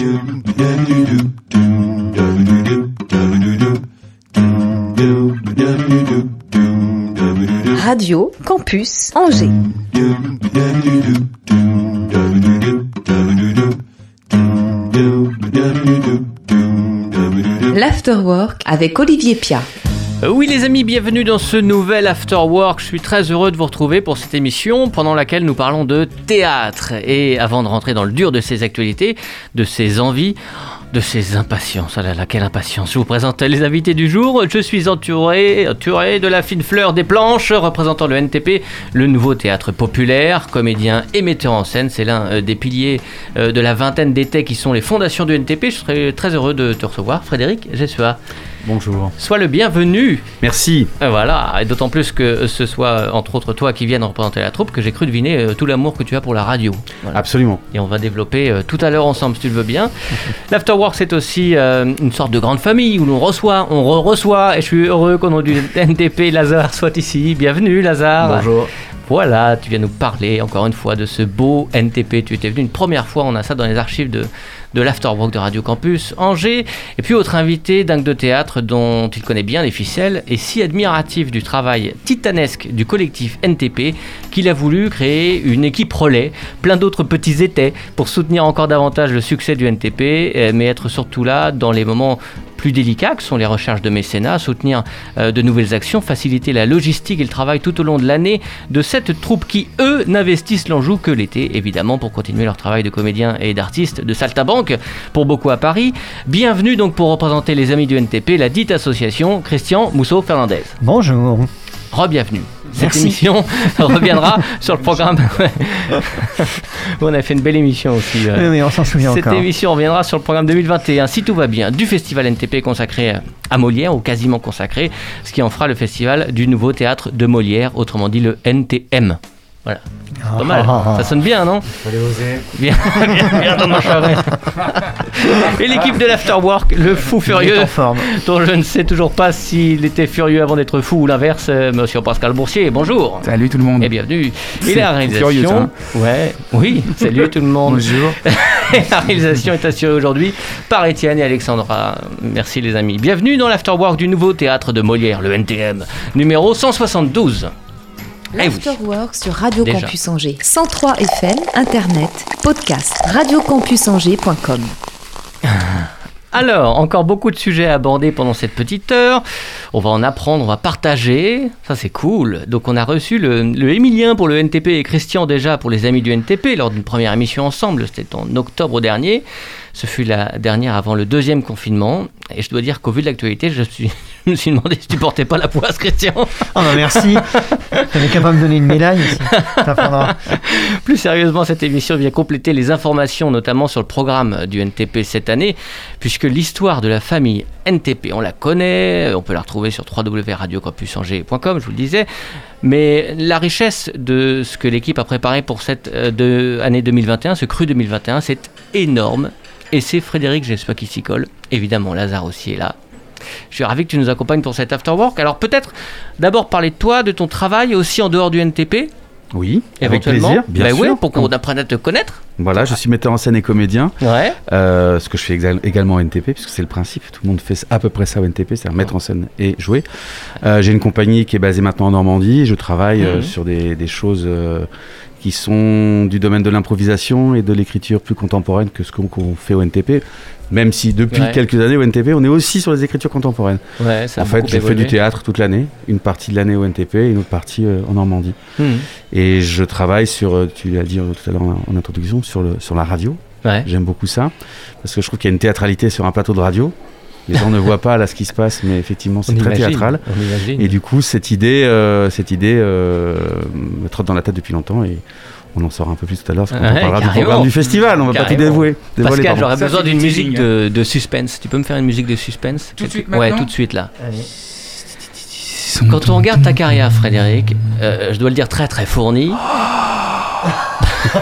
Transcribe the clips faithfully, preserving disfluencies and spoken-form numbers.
Radio Campus Angers. L'Afterwork avec Olivier Piat. Oui les amis, bienvenue dans ce nouvel Afterwork. Je suis très heureux de vous retrouver pour cette émission pendant laquelle nous parlons de théâtre. Et avant de rentrer dans le dur de ces actualités, de ces envies, de ces impatiences, oh là là, quelle impatience. Je vous présente les invités du jour. Je suis entouré, entouré de la fine fleur des planches, représentant le N T P, le nouveau théâtre populaire, comédien et metteur en scène. C'est l'un des piliers de la vingtaine d'étés qui sont les fondations du N T P. Je serais très heureux de te recevoir, Frédéric Jessua. Bonjour. Sois le bienvenu. Merci. Voilà, et d'autant plus que ce soit entre autres toi qui viennes représenter la troupe que j'ai cru deviner euh, tout l'amour que tu as pour la radio. Voilà. Absolument. Et on va développer euh, tout à l'heure ensemble si tu le veux bien. L'Afterwork, c'est aussi euh, une sorte de grande famille où l'on reçoit, on re-reçoit, et je suis heureux qu'au nom du N T P, Lazare soit ici. Bienvenue Lazare. Bonjour. Voilà, tu viens nous parler encore une fois de ce beau N T P. Tu étais venu une première fois, on a ça dans les archives de, de l'Afterwork de Radio Campus Angers. Et puis autre invité, dingue de théâtre, dont il connaît bien les ficelles, et si admiratif du travail titanesque du collectif N T P, qu'il a voulu créer une équipe relais, plein d'autres petits étais, pour soutenir encore davantage le succès du N T P, mais être surtout là dans les moments plus délicats que sont les recherches de mécénat, soutenir euh, de nouvelles actions, faciliter la logistique et le travail tout au long de l'année de cette troupe qui, eux, n'investissent l'Anjou que l'été, évidemment, pour continuer leur travail de comédiens et d'artistes de saltimbanque, pour beaucoup à Paris. Bienvenue donc pour représenter les amis du N T P, la dite association, Christian Mousseau-Fernandez. Bonjour. Re-bienvenue. Cette Merci. émission reviendra sur le programme. On a fait une belle émission aussi. Oui, oui, on s'en souvient Cette encore. Cette émission reviendra sur le programme deux mille vingt et un, si tout va bien, du festival N T P consacré à Molière, ou quasiment consacré, ce qui en fera le festival du nouveau théâtre de Molière, autrement dit le N T M. Voilà. Ah, Pas mal. ah, ah, Ça sonne bien, non ? Fallait oser. Bien, bien, bien dans ma charrette. Et l'équipe de l'Afterwork, le fou furieux, en forme. dont je ne sais toujours pas s'il était furieux avant d'être fou ou l'inverse, euh, monsieur Pascal Boursier, bonjour. Salut tout le monde. Et bienvenue. Et C'est la réalisation. furieux, ça. Ouais, oui, salut tout le monde. Bonjour. Et la réalisation est assurée aujourd'hui par Étienne et Alexandra. Merci les amis. Bienvenue dans l'Afterwork du nouveau théâtre de Molière, le N T M, numéro cent soixante-douze. L'Afterwork sur Radio Déjà. Campus Angers. cent trois F M, Internet, podcast, radio campus angers point com. Alors, encore beaucoup de sujets à aborder pendant cette petite heure. On va en apprendre, on va partager. Ça, c'est cool. Donc, on a reçu le, le Émilien pour le N T P et Christian déjà pour les amis du N T P lors d'une première émission ensemble. C'était en octobre dernier. Ce fut la dernière avant le deuxième confinement. Et je dois dire qu'au vu de l'actualité, je, suis, je me suis demandé si tu portais pas la poisse, Christian. Oh bah merci. T'es capable de me donner une médaille aussi. Ça prendra. Plus sérieusement, cette émission vient compléter les informations, notamment sur le programme du N T P cette année, puisque l'histoire de la famille N T P, on la connaît, on peut la retrouver sur w w w point radio campus angers point com, je vous le disais, mais la richesse de ce que l'équipe a préparé pour cette euh, de, année deux mille vingt et un, ce cru deux mille vingt et un, c'est énorme, et c'est Frédéric Jessua qui s'y colle, évidemment Lazare aussi est là. Je suis ravi que tu nous accompagnes pour cet Afterwork. Alors peut-être d'abord parler de toi, de ton travail aussi en dehors du N T P. Oui, avec Éventuellement. plaisir, bien bah sûr. Oui, pour qu'on apprenne à te connaître. Voilà, je suis metteur en scène et comédien, Ouais. euh, ce que je fais exa- également au N T P, puisque c'est le principe, tout le monde fait à peu près ça au N T P, c'est-à-dire mettre en scène et jouer. Euh, j'ai une compagnie qui est basée maintenant en Normandie, je travaille euh, Mhm. sur des, des choses euh, qui sont du domaine de l'improvisation et de l'écriture plus contemporaine que ce qu'on, qu'on fait au N T P, même si depuis Ouais. quelques années au N T P, on est aussi sur les écritures contemporaines. Ouais, ça a En fait, beaucoup j'ai fait évolué. du théâtre toute l'année, une partie de l'année au N T P et une autre partie euh, en Normandie. Mhm. Et je travaille sur, euh, tu l'as dit euh, tout à l'heure en, en introduction, sur, le, sur la radio. Ouais. J'aime beaucoup ça, parce que je trouve qu'il y a une théâtralité sur un plateau de radio. Les gens ne voient pas là ce qui se passe, mais effectivement c'est On très imagine, théâtral. On imagine. Et du coup, cette idée, euh, cette idée euh, me trotte dans la tête depuis longtemps et on en saura un peu plus tout à l'heure, parce qu'on Ouais, parlera du carrément. programme du festival, on va pas tout Carrément. dévouer. dévoiler, Pascal, pardon. j'aurais Ça, besoin c'est d'une du musique teasing. de, de suspense. Tu peux me faire une musique de suspense Tout de suite, Ouais, maintenant tout de suite là. Allez. Quand on regarde ta carrière, Frédéric, euh, je dois le dire très très fournie.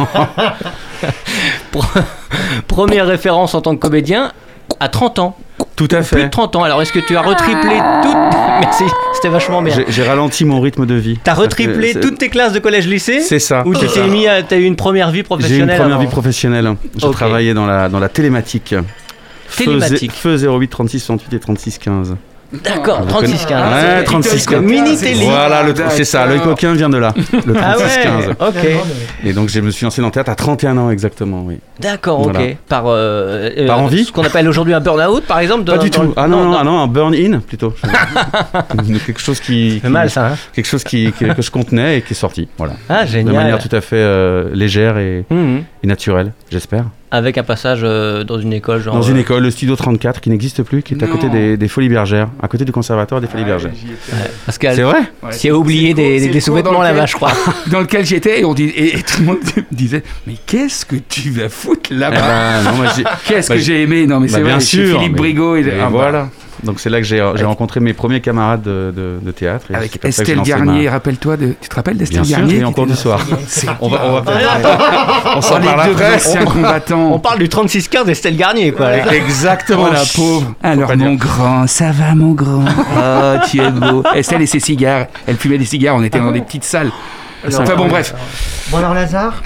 Pre- Première référence en tant que comédien à trente ans. Tout à fait. Plus de trente ans. Alors, est-ce que tu as retriplé toutes... Merci, c'était vachement bien. J'ai, j'ai ralenti mon rythme de vie. T'as retriplé C'est- toutes tes classes de collège-lycée? C'est ça. Ou tu t'es mis à... T'as eu une première vie J'ai eu professionnelle une première avant. vie professionnelle. Je Ok. travaillais dans la, dans la télématique. Télématique. Feu zéro huit trente-six soixante-huit et trente-six quinze. D'accord, Vous trente-six quinze. connaissez- Ouais, trente-six quinze. Mini télé. Voilà, le, c'est ça, l'œil coquin vient de là. Le Ah trente-six quinze. ouais, ok. Et donc je me suis lancé dans le théâtre à trente et un ans exactement, oui. D'accord, ok. Voilà. Par, euh, euh, Par envie ce qu'on appelle aujourd'hui un burn-out, par exemple. Pas dans- du dans- tout. Ah non, non, ah non, un burn-in plutôt. quelque chose qui, C'est qui- mal ça, hein. quelque chose qui, qui- que je contenais et qui est sorti. Voilà. Ah, De génial. manière tout à fait euh, légère et, Mhm. et naturelle, j'espère. Avec un passage euh, dans une école, genre. Dans une euh, école, le Studio trente-quatre, qui n'existe plus, qui est à Non. côté des, des Folies Bergères, à côté du conservatoire des Folies Bergères. Parce qu'elle C'est vrai? s'y a oublié des, des, des sous-vêtements là-bas, je crois. Dans lequel j'étais et, on dit, et, et tout le monde disait mais qu'est-ce que tu vas foutre Eh là-bas? ben, non, moi, j'ai- Qu'est-ce bah, que j'ai aimé? Non mais bah, c'est bien vrai, chez sûr, Philippe mais- Brigaud et, et ah, bah, voilà. Donc c'est là que j'ai, j'ai rencontré mes premiers camarades de, de, de théâtre. et c'est avec comme ça que j'ai Estelle lancé Garnier, ma- rappelle-toi de. Tu te rappelles d'Estelle Bien sûr, Garnier et qui en cours était du là soir. C'est On va, on va peut-être. on Oh, s'en les parle deux après. anciens combattants. On parle du trente-six quinze d'Estelle Garnier, quoi. Exactement. Oh la pauvre. Alors pas mon dire. grand, ça va mon grand. Ah tu es beau. Estelle et ses cigares. Elle fumait des cigares. On était dans des petites salles. Enfin bon bref. Bon alors Lazare,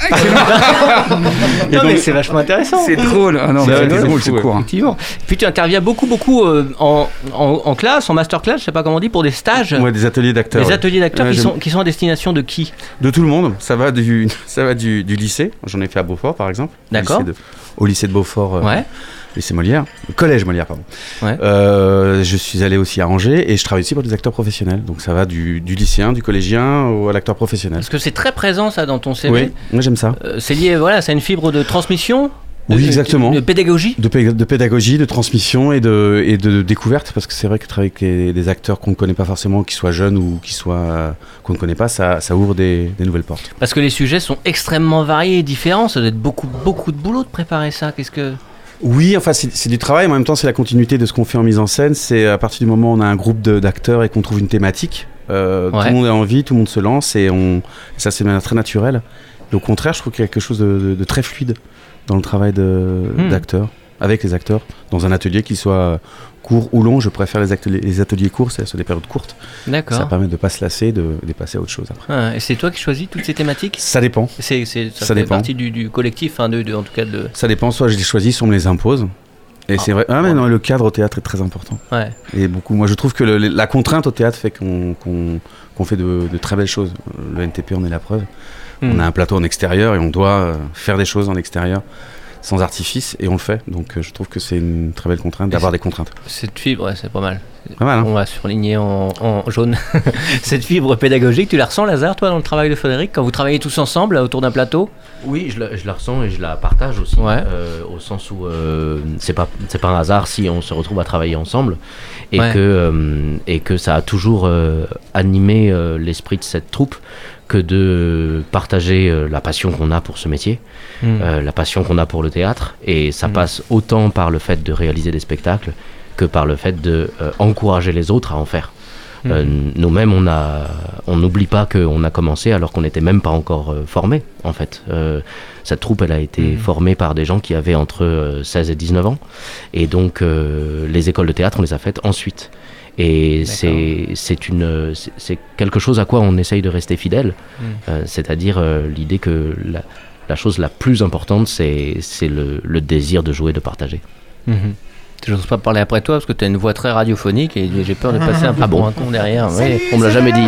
Non, mais c'est vachement intéressant. C'est drôle. Ah non, C'est mais vrai, c'est c'est drôle, fou, c'est ouais. court. hein. Effectivement. Puis tu interviens beaucoup, beaucoup euh, en, en, en classe, en masterclass, je sais pas comment on dit, pour des stages. Ouais, des ateliers d'acteurs. Des ouais. ateliers d'acteurs Ouais, qui, j'aime- sont, qui sont à destination de qui? De tout le monde. Ça va du, ça va du, du lycée. J'en ai fait à Beaufort, par exemple. Au D'accord. lycée de- Au lycée de Beaufort. euh, Ouais. Lycée Molière. Collège Molière, pardon. Ouais. Euh, je suis allé aussi à Angers et je travaille aussi pour des acteurs professionnels. Donc ça va du, du lycéen, du collégien au, à l'acteur professionnel. Parce que c'est très présent ça dans ton C V. Oui, moi j'aime ça. Euh, c'est lié, voilà, c'est une fibre de transmission. Oui, de- exactement. De pédagogie. De, pé- de pédagogie, de transmission et de, et de découverte, parce que c'est vrai que travailler avec les- des acteurs qu'on ne connaît pas forcément, qu'ils soient jeunes ou qu'ils soient, euh, qu'on ne connaît pas, ça, ça ouvre des, des nouvelles portes. Parce que les sujets sont extrêmement variés et différents. Ça doit être beaucoup, beaucoup de boulot de préparer ça. Qu'est-ce que. Oui, enfin c'est c'est du travail, mais en même temps c'est la continuité de ce qu'on fait en mise en scène. C'est à partir du moment où on a un groupe de- d'acteurs et qu'on trouve une thématique, euh, Ouais. tout le monde a envie, tout le monde se lance et on, ça c'est de manière très naturelle. Et au contraire, je trouve qu'il y a quelque chose de, de- de très fluide dans le travail de- Hmm. d'acteurs, avec les acteurs, dans un atelier qui soit court ou long. Je préfère les ateliers, les ateliers courts, c'est sur des périodes courtes. Ça D'accord. permet de pas se lasser, de, de passer à autre chose après. Ah, et c'est toi qui choisis toutes ces thématiques? Ça dépend. C'est, c'est, ça, Ça fait dépend. partie du, du collectif, hein, de, de- en tout cas de. Ça dépend, soit je les choisis, soit on me les impose. Et Ah. c'est vrai. Ah, mais non, le cadre au théâtre est très important. Ouais. Et beaucoup, moi je trouve que le- la contrainte au théâtre fait qu'on qu'on- qu'on fait de, de très belles choses. Le N T P en est la preuve. Hmm. On a un plateau en extérieur et on doit euh, faire des choses en extérieur sans artifice et on le fait. Donc euh, je trouve que c'est une très belle contrainte d'avoir des contraintes. Cette fibre, ouais, c'est pas mal. Pas mal, hein. On va surligner en, en jaune. Cette fibre pédagogique, tu la ressens, Lazare, toi, dans le travail de Frédéric, quand vous travaillez tous ensemble là, autour d'un plateau? Oui, je la, je la ressens et je la partage aussi, Ouais. euh, au sens où euh, c'est pas c'est pas un hasard si on se retrouve à travailler ensemble et Ouais. que euh, et que ça a toujours euh, animé euh, l'esprit de cette troupe que de partager euh, la passion qu'on a pour ce métier, Hmm. euh, la passion qu'on a pour le théâtre, et ça Mm. passe autant par le fait de réaliser des spectacles que par le fait de euh, encourager les autres à en faire. Hmm. Euh, nous-mêmes, on a, on n'oublie pas qu'on a commencé alors qu'on n'était même pas encore euh, formés, en fait. Euh, cette troupe, elle a été Mhm. formée par des gens qui avaient entre euh, seize et dix-neuf ans. Et donc, euh, les écoles de théâtre, on les a faites ensuite. Et D'accord. c'est, c'est, une, c'est, c'est quelque chose à quoi on essaye de rester fidèle. Mhm. Euh, c'est-à-dire euh, l'idée que la, la chose la plus importante, c'est, c'est le, le désir de jouer, de partager. Mhm. Je n'ose pas parler après toi parce que tu as une voix très radiophonique et j'ai peur de passer un peu Ah bon pour un con derrière. Oui. On me l'a jamais dit.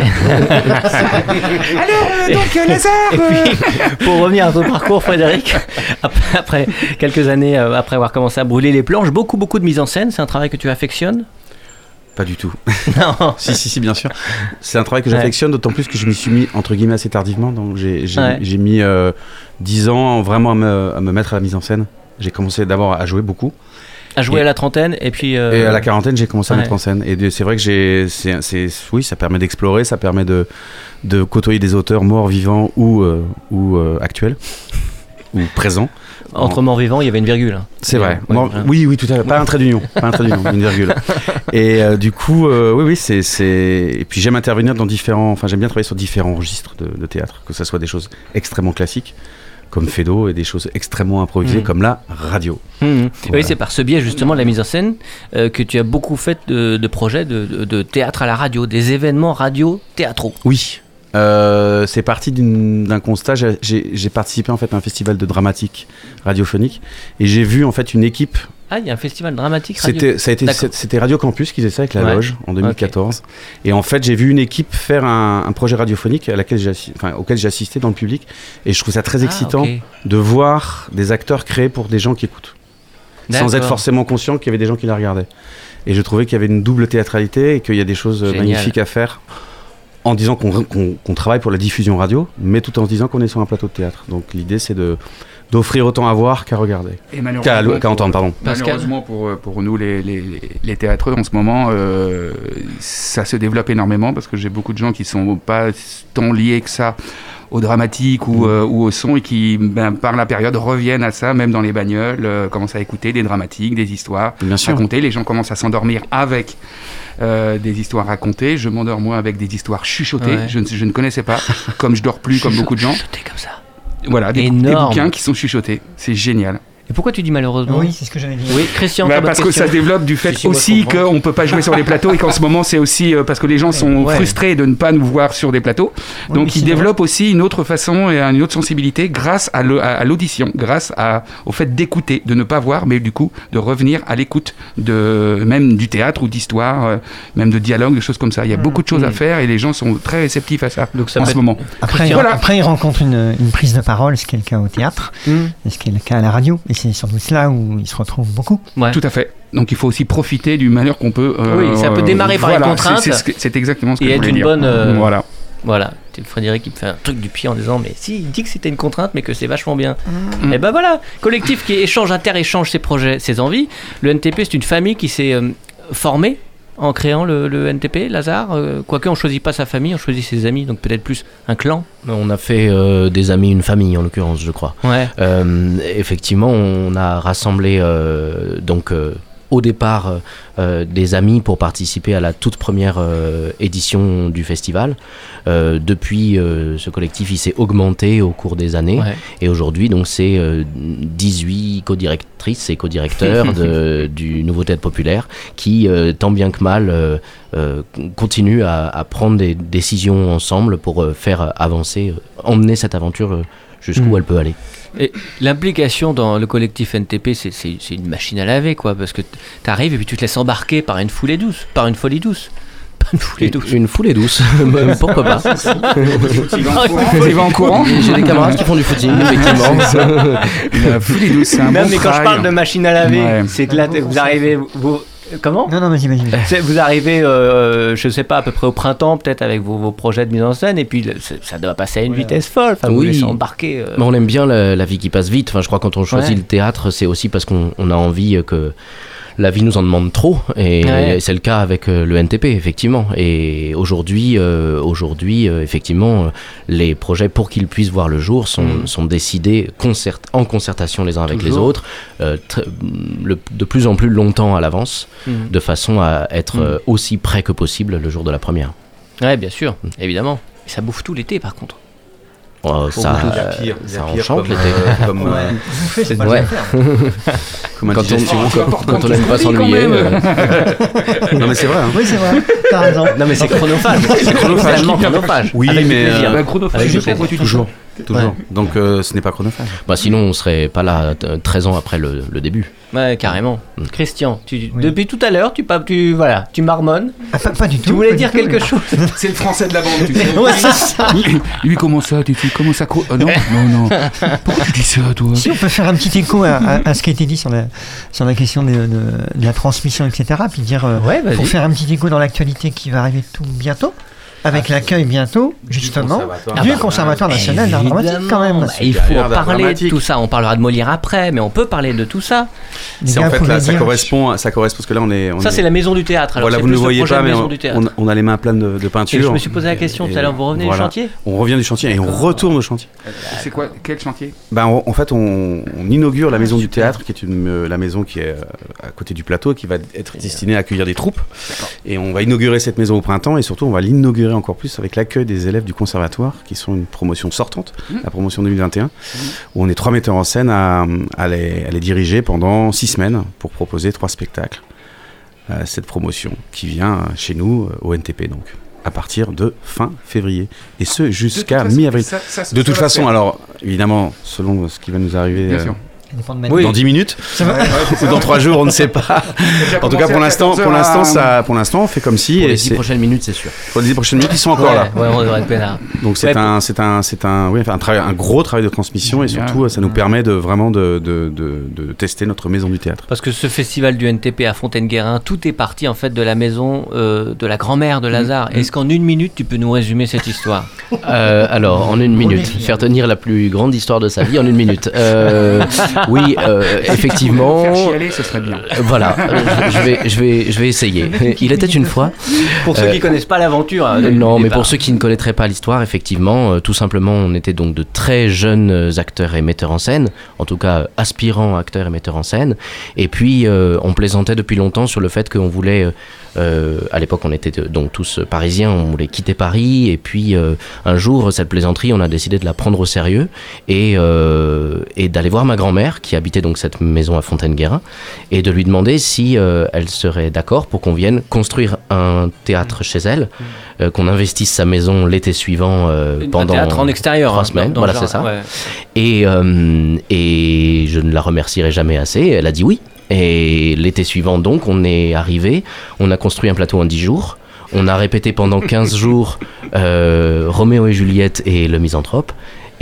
Alors, euh, donc, euh, Lazare Et puis, pour revenir à ton parcours, Frédéric, après, après quelques années, euh, après avoir commencé à brûler les planches, beaucoup, beaucoup de mise en scène, c'est un travail que tu affectionnes? Pas du tout. Non. si, si, si, bien sûr. C'est un travail que Ouais. j'affectionne, d'autant plus que je m'y suis mis entre guillemets assez tardivement. Donc j'ai j'ai- Ouais. j'ai mis euh, dix ans vraiment à me, à me mettre à la mise en scène. J'ai commencé d'abord à jouer beaucoup. À jouer Et- à la trentaine et puis... euh, Et à la quarantaine, j'ai commencé à ouais. mettre en scène. Et de- c'est vrai que j'ai, c'est, c'est- oui, ça permet d'explorer, ça permet de, de côtoyer des auteurs morts, vivants ou, euh, ou euh, actuels, ou présents. Entre morts vivants, il y avait une virgule. hein. C'est vrai. Ouais, Mort- ouais. oui, oui, tout à fait. Pas un trait d'union, pas un trait d'union, une virgule. Et euh, du coup, euh, oui, oui, c'est, c'est. Et puis j'aime intervenir dans différents. Enfin, j'aime bien travailler sur différents registres de, de théâtre, que ce soit des choses extrêmement classiques, comme Fedo, et des choses extrêmement improvisées Mmh. comme la radio. Mmh. Voilà. Oui, c'est par ce biais justement de la mise en scène euh, que tu as beaucoup fait de, de projets de, de, de théâtre à la radio, des événements radio-théâtraux. Oui. Euh, c'est parti d'une- d'un constat. J'ai, j'ai- j'ai participé en fait à un festival de dramatique radiophonique et j'ai vu en fait une équipe. Ah, il y a un festival dramatique radio. C'était, ça a été, D'accord. c'était Radio Campus qui faisait ça avec la Ouais. loge en deux mille quatorze. Et en fait, j'ai vu une équipe faire un, un projet radiophonique à laquelle j'ai, assi- enfin, auquel j'ai assisté dans le public. Et je trouve ça très Ah, excitant ok. de voir des acteurs créés pour des gens qui écoutent, sans être D'accord. forcément conscient qu'il y avait des gens qui la regardaient. Et je trouvais qu'il y avait une double théâtralité et qu'il y a des choses Génial. magnifiques à faire en disant qu'on, qu'on- qu'on travaille pour la diffusion radio, mais tout en se disant qu'on est sur un plateau de théâtre. Donc l'idée, c'est de, d'offrir autant à voir qu'à regarder. Et Qu'à, malheureusement, qu'à entendre, pardon. Pascal. malheureusement pour, pour nous, les, les, les théâtreux, en ce moment, euh, ça se développe énormément parce que j'ai beaucoup de gens qui sont pas tant liés que ça au dramatique ou, euh, ou au son et qui, ben, par la période, reviennent à ça, même dans les bagnoles, euh, commencent à écouter des dramatiques, des histoires Bien sûr. racontées. Les gens commencent à s'endormir avec euh, des histoires racontées. Je m'endors moi avec des histoires chuchotées. Ouais. Je, ne, je ne connaissais pas, comme je dors plus, comme beaucoup de gens. Chuchoter comme ça. Voilà, des, des Énorme. bouquins qui sont chuchotés. C'est génial. Et pourquoi tu dis malheureusement? Oui, c'est ce que j'allais dire. Oui, Christian, Bah, ta bonne parce que question. ça développe du fait Si, si, moi, je aussi comprends. qu'on ne peut pas jouer sur les plateaux et qu'en ce moment c'est aussi euh, parce que les gens sont Ouais. frustrés de ne pas nous voir sur des plateaux. Oui, Donc mais ils sinon- développent aussi une autre façon et une autre sensibilité grâce à, le- à- à l'audition, grâce à, au fait d'écouter, de ne pas voir, mais du coup de revenir à l'écoute de même du théâtre ou d'histoire, euh, même de dialogue, des choses comme ça. Il y a Mmh. beaucoup de choses à Mmh. faire et les gens sont très réceptifs à ça Donc ça en peut ce être- moment. Après, Christian. voilà. Après, ils rencontrent une, une prise de parole, ce qui est le cas au théâtre, Mmh. et ce qui est le cas à la radio. Et c'est sans doute là où ils se retrouvent beaucoup. Ouais. Tout à fait. Donc il faut aussi profiter du malheur qu'on peut. euh, Oui, ça peut démarrer par une voilà, contrainte c'est- C'est, ce que- c'est exactement ce que et je être voulais une dire. bonne, euh, Voilà. Voilà, c'est Frédéric qui me fait un truc du pied en disant mais si, il dit que c'était une contrainte mais que c'est vachement bien. Mm. Et ben voilà, collectif qui échange, inter-échange ses projets, ses envies. Le N T P c'est une famille qui s'est euh, formée en créant le, le N T P, Lazare. Euh, quoique on choisit pas sa famille, on choisit ses amis, donc peut-être plus un clan. On a fait euh, des amis, une famille en l'occurrence, je crois. Ouais. Euh, effectivement, on a rassemblé euh, donc euh, au départ euh, euh, des amis pour participer à la toute première euh, édition du festival. Euh, depuis, euh, ce collectif il s'est augmenté au cours des années Ouais. et aujourd'hui donc c'est euh, dix-huit co-directrices et co-directeurs de- du Nouveau Théâtre Populaire qui, euh, tant bien que mal, euh, euh, continuent à, à prendre des décisions ensemble pour euh, faire avancer, euh, emmener cette aventure euh, jusqu'où Mm. elle peut aller. Et l'implication dans le collectif N T P, c'est, c'est, c'est une machine à laver, quoi, parce que t'arrives et puis tu te laisses embarquer par une foulée douce, par une folie douce. Pas une foulée Une, douce. une foulée douce, Bah, pourquoi pas. Il va en courant. J'ai des camarades qui font du footing, effectivement. La folie douce, c'est un Non, bon mais quand je trail. parle de machine à laver, Ouais. c'est que là, t- vous arrivez. Vous... Comment Non, non, vas-y, vas-y. vas-y. C'est- Vous arrivez, euh, je sais pas, à peu près au printemps, peut-être avec vos, vos projets de mise en scène, et puis le- c'est- ça doit passer à une vitesse folle. Enfin, vous Oui. laissez embarquer. euh. Mais on aime bien la, la vie qui passe vite. Enfin, je crois que quand on choisit Ouais. le théâtre, c'est aussi parce qu'on on a envie que la vie nous en demande trop. Et Ouais. c'est le cas avec euh, le N T P, effectivement. Et aujourd'hui, euh, aujourd'hui euh, effectivement, euh, les projets, pour qu'ils puissent voir le jour, sont, Mm. sont décidés concert- en concertation les uns avec les Toujours. autres, euh, tr- le- de plus en plus longtemps à l'avance, Mhm. de façon à être Mm. euh, aussi près que possible le jour de la première. Ouais, bien sûr, évidemment. Et ça bouffe tout l'été, par contre. Oh, Pour ça, beaucoup, il y a pire, il y a ça pire enchante comme, l'été. euh, comme, euh, Vous faites, c'est pas Ouais. le faire. comme Quand on, indigestion. quand, quand on n'aime pas s'ennuyer. euh, Non mais c'est vrai. hein. Oui, c'est vrai. T'as raison. Non, mais c'est chronophage. c'est chronophage. Tellement chronophage. Oui, Avec mais, du plaisir. euh, Bah, chronophage, Avec je du sais pourquoi tu dis Toujours. ça. Toujours. Donc euh, ce n'est pas chronophage. Bah sinon, on serait pas là euh, treize ans après le, le début. Ouais, carrément. Mm. Christian, tu, Oui. depuis tout à l'heure, tu, pa- tu, voilà, tu marmonnes. Ah, pas, pas du tout. Tu voulais pas dire du tout, quelque mais- chose. C'est le français de la bande, tu sais. Ouais, c'est ça. Lui, lui, comment ça, tu, tu comment ça cro- oh, non, non, non. Pourquoi tu dis ça, toi? Si on peut faire un petit écho à, à- à ce qui a été dit sur la, sur la question de, de- de la transmission, et cetera. Puis dire, euh, Ouais, vas-y. pour faire un petit écho dans l'actualité qui va arriver tout bientôt, avec l'accueil bientôt, justement, Conservatoire. du Ah bah, Conservatoire national d'art dramatique quand même. Bah, il Supérieur faut d'art parler de dramatique. tout ça. On parlera de Molière après, mais on peut parler de tout ça. Les C'est gars en fait pouvaient là, ça dire- correspond, ça correspond parce que là on est. On Ça, est- c'est la maison du théâtre. Alors, Voilà, c'est vous ne plus le voyez projet pas, de mais maison on, du théâtre. on- on a les mains pleines de, de Et peinture. je me suis posé la question tout à l'heure. Vous revenez voilà. du chantier On revient du chantier et on retourne au chantier. C'est quoi? Quel chantier? Ben, on- en fait, on, on inaugure la maison du théâtre, qui est une, euh, la maison qui est euh, à côté du plateau, qui va être destinée à accueillir des troupes. Et on va inaugurer cette maison au printemps et surtout on va l'inaugurer accélérer encore plus avec l'accueil des élèves du conservatoire, qui sont une promotion sortante, mmh. la promotion deux mille vingt et un, mmh. où on est trois metteurs en scène à, à, les, à les diriger pendant six semaines pour proposer trois spectacles. Euh, cette promotion qui vient chez nous, euh, au N T P donc, à partir de fin février. Et ce, jusqu'à mi-avril. Ça, ça, ça, de toute façon, alors, évidemment, selon ce qui va nous arriver... Bien euh, sûr. Oui. Dans dix minutes ou dans trois jours, on ne sait pas. En tout cas, pour l'instant, pour l'instant, ça, pour l'instant, on fait comme si. Pour les dix prochaines minutes, c'est sûr. Pour les dix prochaines minutes, ils sont encore ouais, là. Ouais, on devrait être peinard. Donc c'est ouais, un, c'est un, c'est un, oui, un travail, un gros travail de transmission et surtout, ça nous permet de vraiment de, de, de, de tester notre maison du théâtre. Parce que ce festival du N T P à Fontaine-Guérin, tout est parti en fait de la maison euh, de la grand-mère de Lazare. Mmh. Est-ce qu'en une minute, tu peux nous résumer cette histoire? euh, Alors, en une minute, faire tenir la plus grande histoire de sa vie en une minute. Euh, oui. Euh, Effectivement. Faire chialer, ce serait bien. Euh, voilà, je, je, vais, je, vais, je vais essayer. Il était une fois. Pour ceux euh, qui ne connaissent pas l'aventure. Euh, non, mais pour ceux qui ne connaîtraient pas l'histoire, effectivement, euh, tout simplement, on était donc de très jeunes acteurs et metteurs en scène, en tout cas aspirants acteurs et metteurs en scène. Et puis, euh, on plaisantait depuis longtemps sur le fait qu'on voulait. Euh, Euh, à l'époque, on était donc tous parisiens, on voulait quitter Paris, et puis euh, un jour, cette plaisanterie, on a décidé de la prendre au sérieux et, euh, et d'aller voir ma grand-mère qui habitait donc cette maison à Fontaine-Guérin et de lui demander si euh, elle serait d'accord pour qu'on vienne construire un théâtre chez elle, euh, qu'on investisse sa maison l'été suivant euh, pendant un théâtre en extérieur, trois hein, semaines. Dans, dans voilà, genre, c'est ça. Ouais. Et, euh, et je ne la remercierai jamais assez. Elle a dit oui. Et l'été suivant, donc, on est arrivé, on a construit un plateau en dix jours, on a répété pendant quinze jours euh, Roméo et Juliette et Le Misanthrope,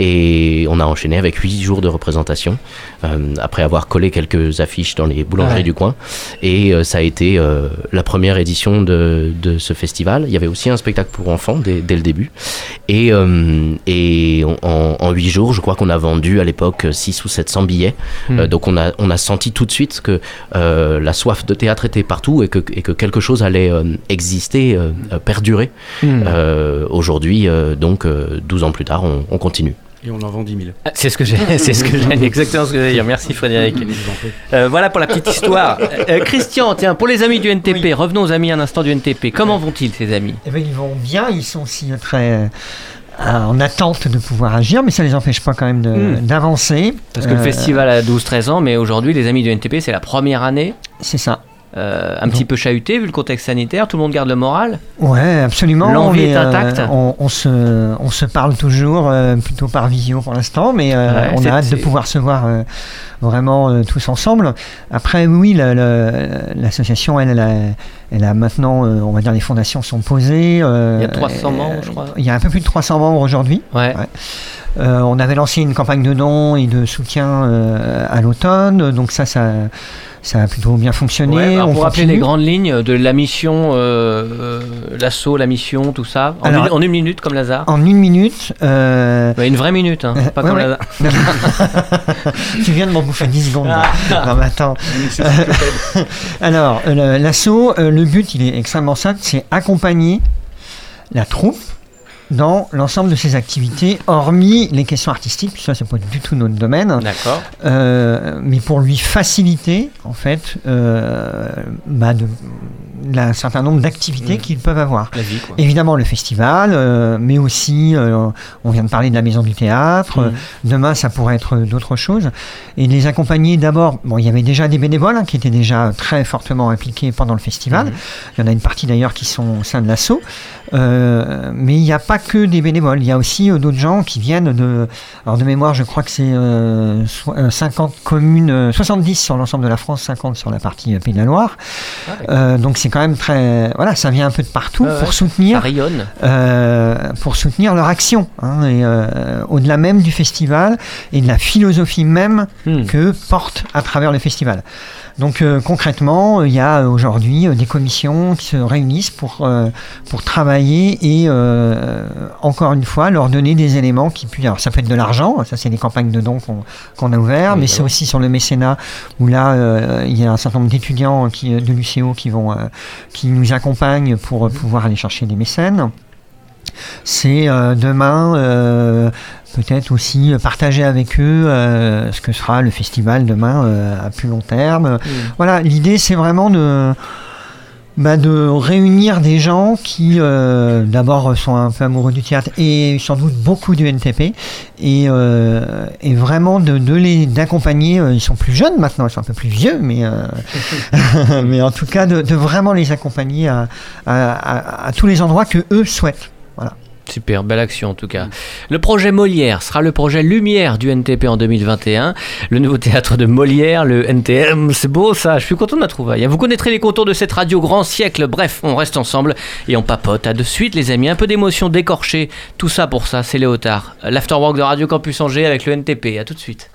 et on a enchaîné avec huit jours de représentation, euh, après avoir collé quelques affiches dans les boulangeries ouais. du coin, et euh, ça a été euh, la première édition de, de ce festival. Il y avait aussi un spectacle pour enfants dès, dès le début, et, euh, et en, en huit jours, je crois qu'on a vendu à l'époque six ou sept cents billets, mmh. euh, donc on a, on a senti tout de suite que euh, la soif de théâtre était partout, et que, et que quelque chose allait euh, exister, euh, perdurer. Mmh. Euh, aujourd'hui, euh, donc euh, douze ans plus tard, on, on continue. Et on en vend dix mille. Ah, c'est ce que j'ai, c'est ce que j'ai, exactement ce que j'allais dire. Merci Frédéric. Euh, voilà pour la petite histoire. Euh, Christian, tiens, pour les amis du N T P, oui. revenons aux amis un instant du N T P. Comment vont-ils ces amis? Eh bien, ils vont bien, ils sont aussi très euh, en attente de pouvoir agir, mais ça ne les empêche pas quand même de, mmh. d'avancer. Parce que euh, le festival a douze treize ans, mais aujourd'hui, les amis du N T P, c'est la première année. C'est ça. Euh, un petit peu chahuté vu le contexte sanitaire, tout le monde garde le moral. Ouais, absolument. L'envie est intacte. Euh, on, on, se, on se parle toujours euh, plutôt par visio pour l'instant, mais euh, ouais, on a hâte c'est... de pouvoir se voir euh, vraiment euh, tous ensemble. Après, oui, la, la, l'association, elle, elle, a, elle a maintenant, euh, on va dire, les fondations sont posées. Euh, il y a trois cents membres, je crois. Il y a un peu plus de trois cents membres aujourd'hui. Ouais. ouais. Euh, on avait lancé une campagne de dons et de soutien euh, à l'automne, donc ça, ça, ça a plutôt bien fonctionné. Ouais, alors on pour continue. rappeler les grandes lignes de la mission, euh, euh, l'assaut, la mission, tout ça, en, alors, une, en une minute comme Lazare. En une minute. Euh... Ouais, une vraie minute, hein, pas ouais, comme ouais. Lazare. Tu viens de m'en bouffer dix secondes. Ah. Non, mais attends. Alors, euh, l'assaut, euh, le but, il est extrêmement simple, c'est accompagner la troupe dans l'ensemble de ses activités, hormis les questions artistiques, puisque ça, c'est pas du tout notre domaine. D'accord. Euh, mais pour lui faciliter, en fait, euh, bah de, un certain nombre d'activités mmh. qu'ils peuvent avoir. La vie, quoi. Évidemment, le festival, euh, mais aussi, euh, on vient de parler de la maison du théâtre. Mmh. Demain, ça pourrait être d'autres choses. Et les accompagner d'abord, bon, il y avait déjà des bénévoles hein, qui étaient déjà très fortement impliqués pendant le festival. Mmh. Il y en a une partie d'ailleurs qui sont au sein de l'assaut. Euh, mais il n'y a pas que des bénévoles, il y a aussi euh, d'autres gens qui viennent de, alors de mémoire je crois que c'est euh, so, euh, cinquante communes, euh, soixante-dix sur l'ensemble de la France, cinquante sur la partie euh, Pays de la Loire, ah, euh, donc c'est quand même très, voilà, ça vient un peu de partout ah, pour ouais, soutenir, ça rayonne. Euh, pour soutenir leur action, hein, et euh, au-delà même du festival et de la philosophie même hmm. que porte à travers le festival. Donc euh, concrètement, il y a aujourd'hui euh, des commissions qui se réunissent pour, euh, pour travailler et euh, encore une fois leur donner des éléments qui puissent... Alors ça peut être de l'argent, ça c'est des campagnes de dons qu'on, qu'on a ouvertes, oui, mais c'est aussi sur le mécénat où là euh, il y a un certain nombre d'étudiants qui, de l'U C O qui, vont, euh, qui nous accompagnent pour mmh. pouvoir aller chercher des mécènes. C'est euh, demain euh, peut-être aussi partager avec eux euh, ce que sera le festival demain euh, à plus long terme. Mmh. Voilà, l'idée c'est vraiment de, bah, de réunir des gens qui euh, d'abord sont un peu amoureux du théâtre et sans doute beaucoup du N T P et, euh, et vraiment de, de les d'accompagner, euh, ils sont plus jeunes maintenant, ils sont un peu plus vieux mais, euh, mais en tout cas de, de vraiment les accompagner à, à, à, à tous les endroits que eux souhaitent. Voilà. Super, belle action en tout cas. Le projet Molière sera le projet Lumière du N T P en deux mille vingt et un. Le nouveau théâtre de Molière, le N T M, c'est beau ça, je suis content de ma trouvaille. Vous connaîtrez les contours de cette radio grand siècle. Bref, on reste ensemble et on papote. À de suite les amis, un peu d'émotion décorchée. Tout ça pour ça, c'est Léotard. L'Afterwork de Radio Campus Angers avec le N T P. À tout de suite.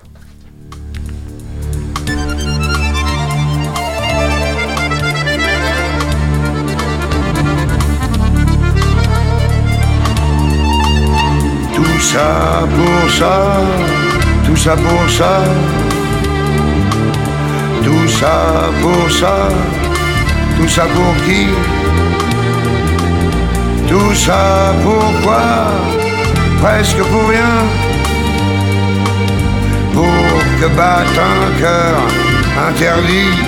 Tout ça pour ça, tout ça pour ça, tout ça pour ça, tout ça pour qui? Tout ça pourquoi? Presque pour rien. Pour que batte un cœur interdit,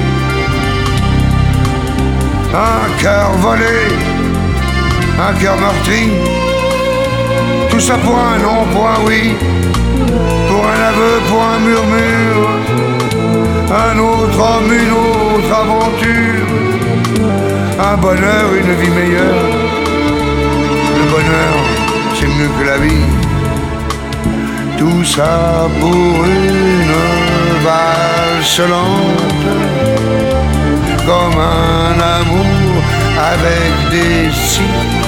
un cœur volé, un cœur meurtri. Tout ça pour un non, pour un oui, pour un aveu, pour un murmure, un autre homme, une autre aventure, un bonheur, une vie meilleure. Le bonheur, c'est mieux que la vie. Tout ça pour une valse lente, comme un amour avec des si.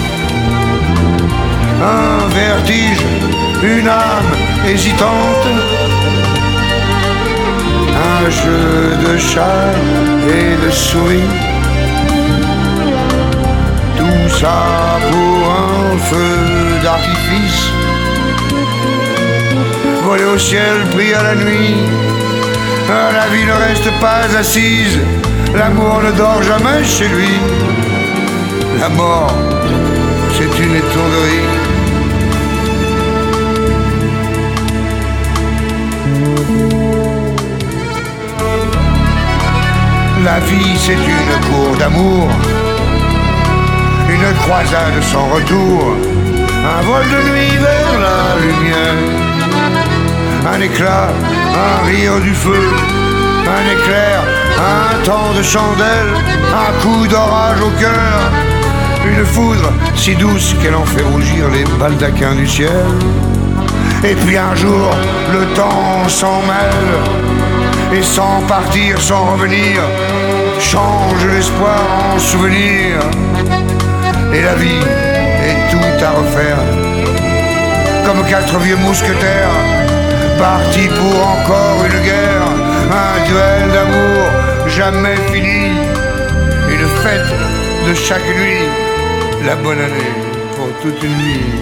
Un vertige, une âme hésitante, un jeu de chat et de souris. Tout ça pour un feu d'artifice, volé au ciel, pris à la nuit. La vie ne reste pas assise, l'amour ne dort jamais chez lui. La mort, c'est une étourderie. La vie c'est une cour d'amour, une croisade sans retour, un vol de nuit vers la lumière, un éclat, un rire du feu, un éclair, un temps de chandelle, un coup d'orage au cœur, une foudre si douce qu'elle en fait rougir les baldaquins du ciel. Et puis un jour, le temps s'en mêle, et sans partir, sans revenir, change l'espoir en souvenir. Et la vie est tout à refaire, comme quatre vieux mousquetaires, partis pour encore une guerre, un duel d'amour jamais fini, une fête de chaque nuit, la bonne année pour toute une vie.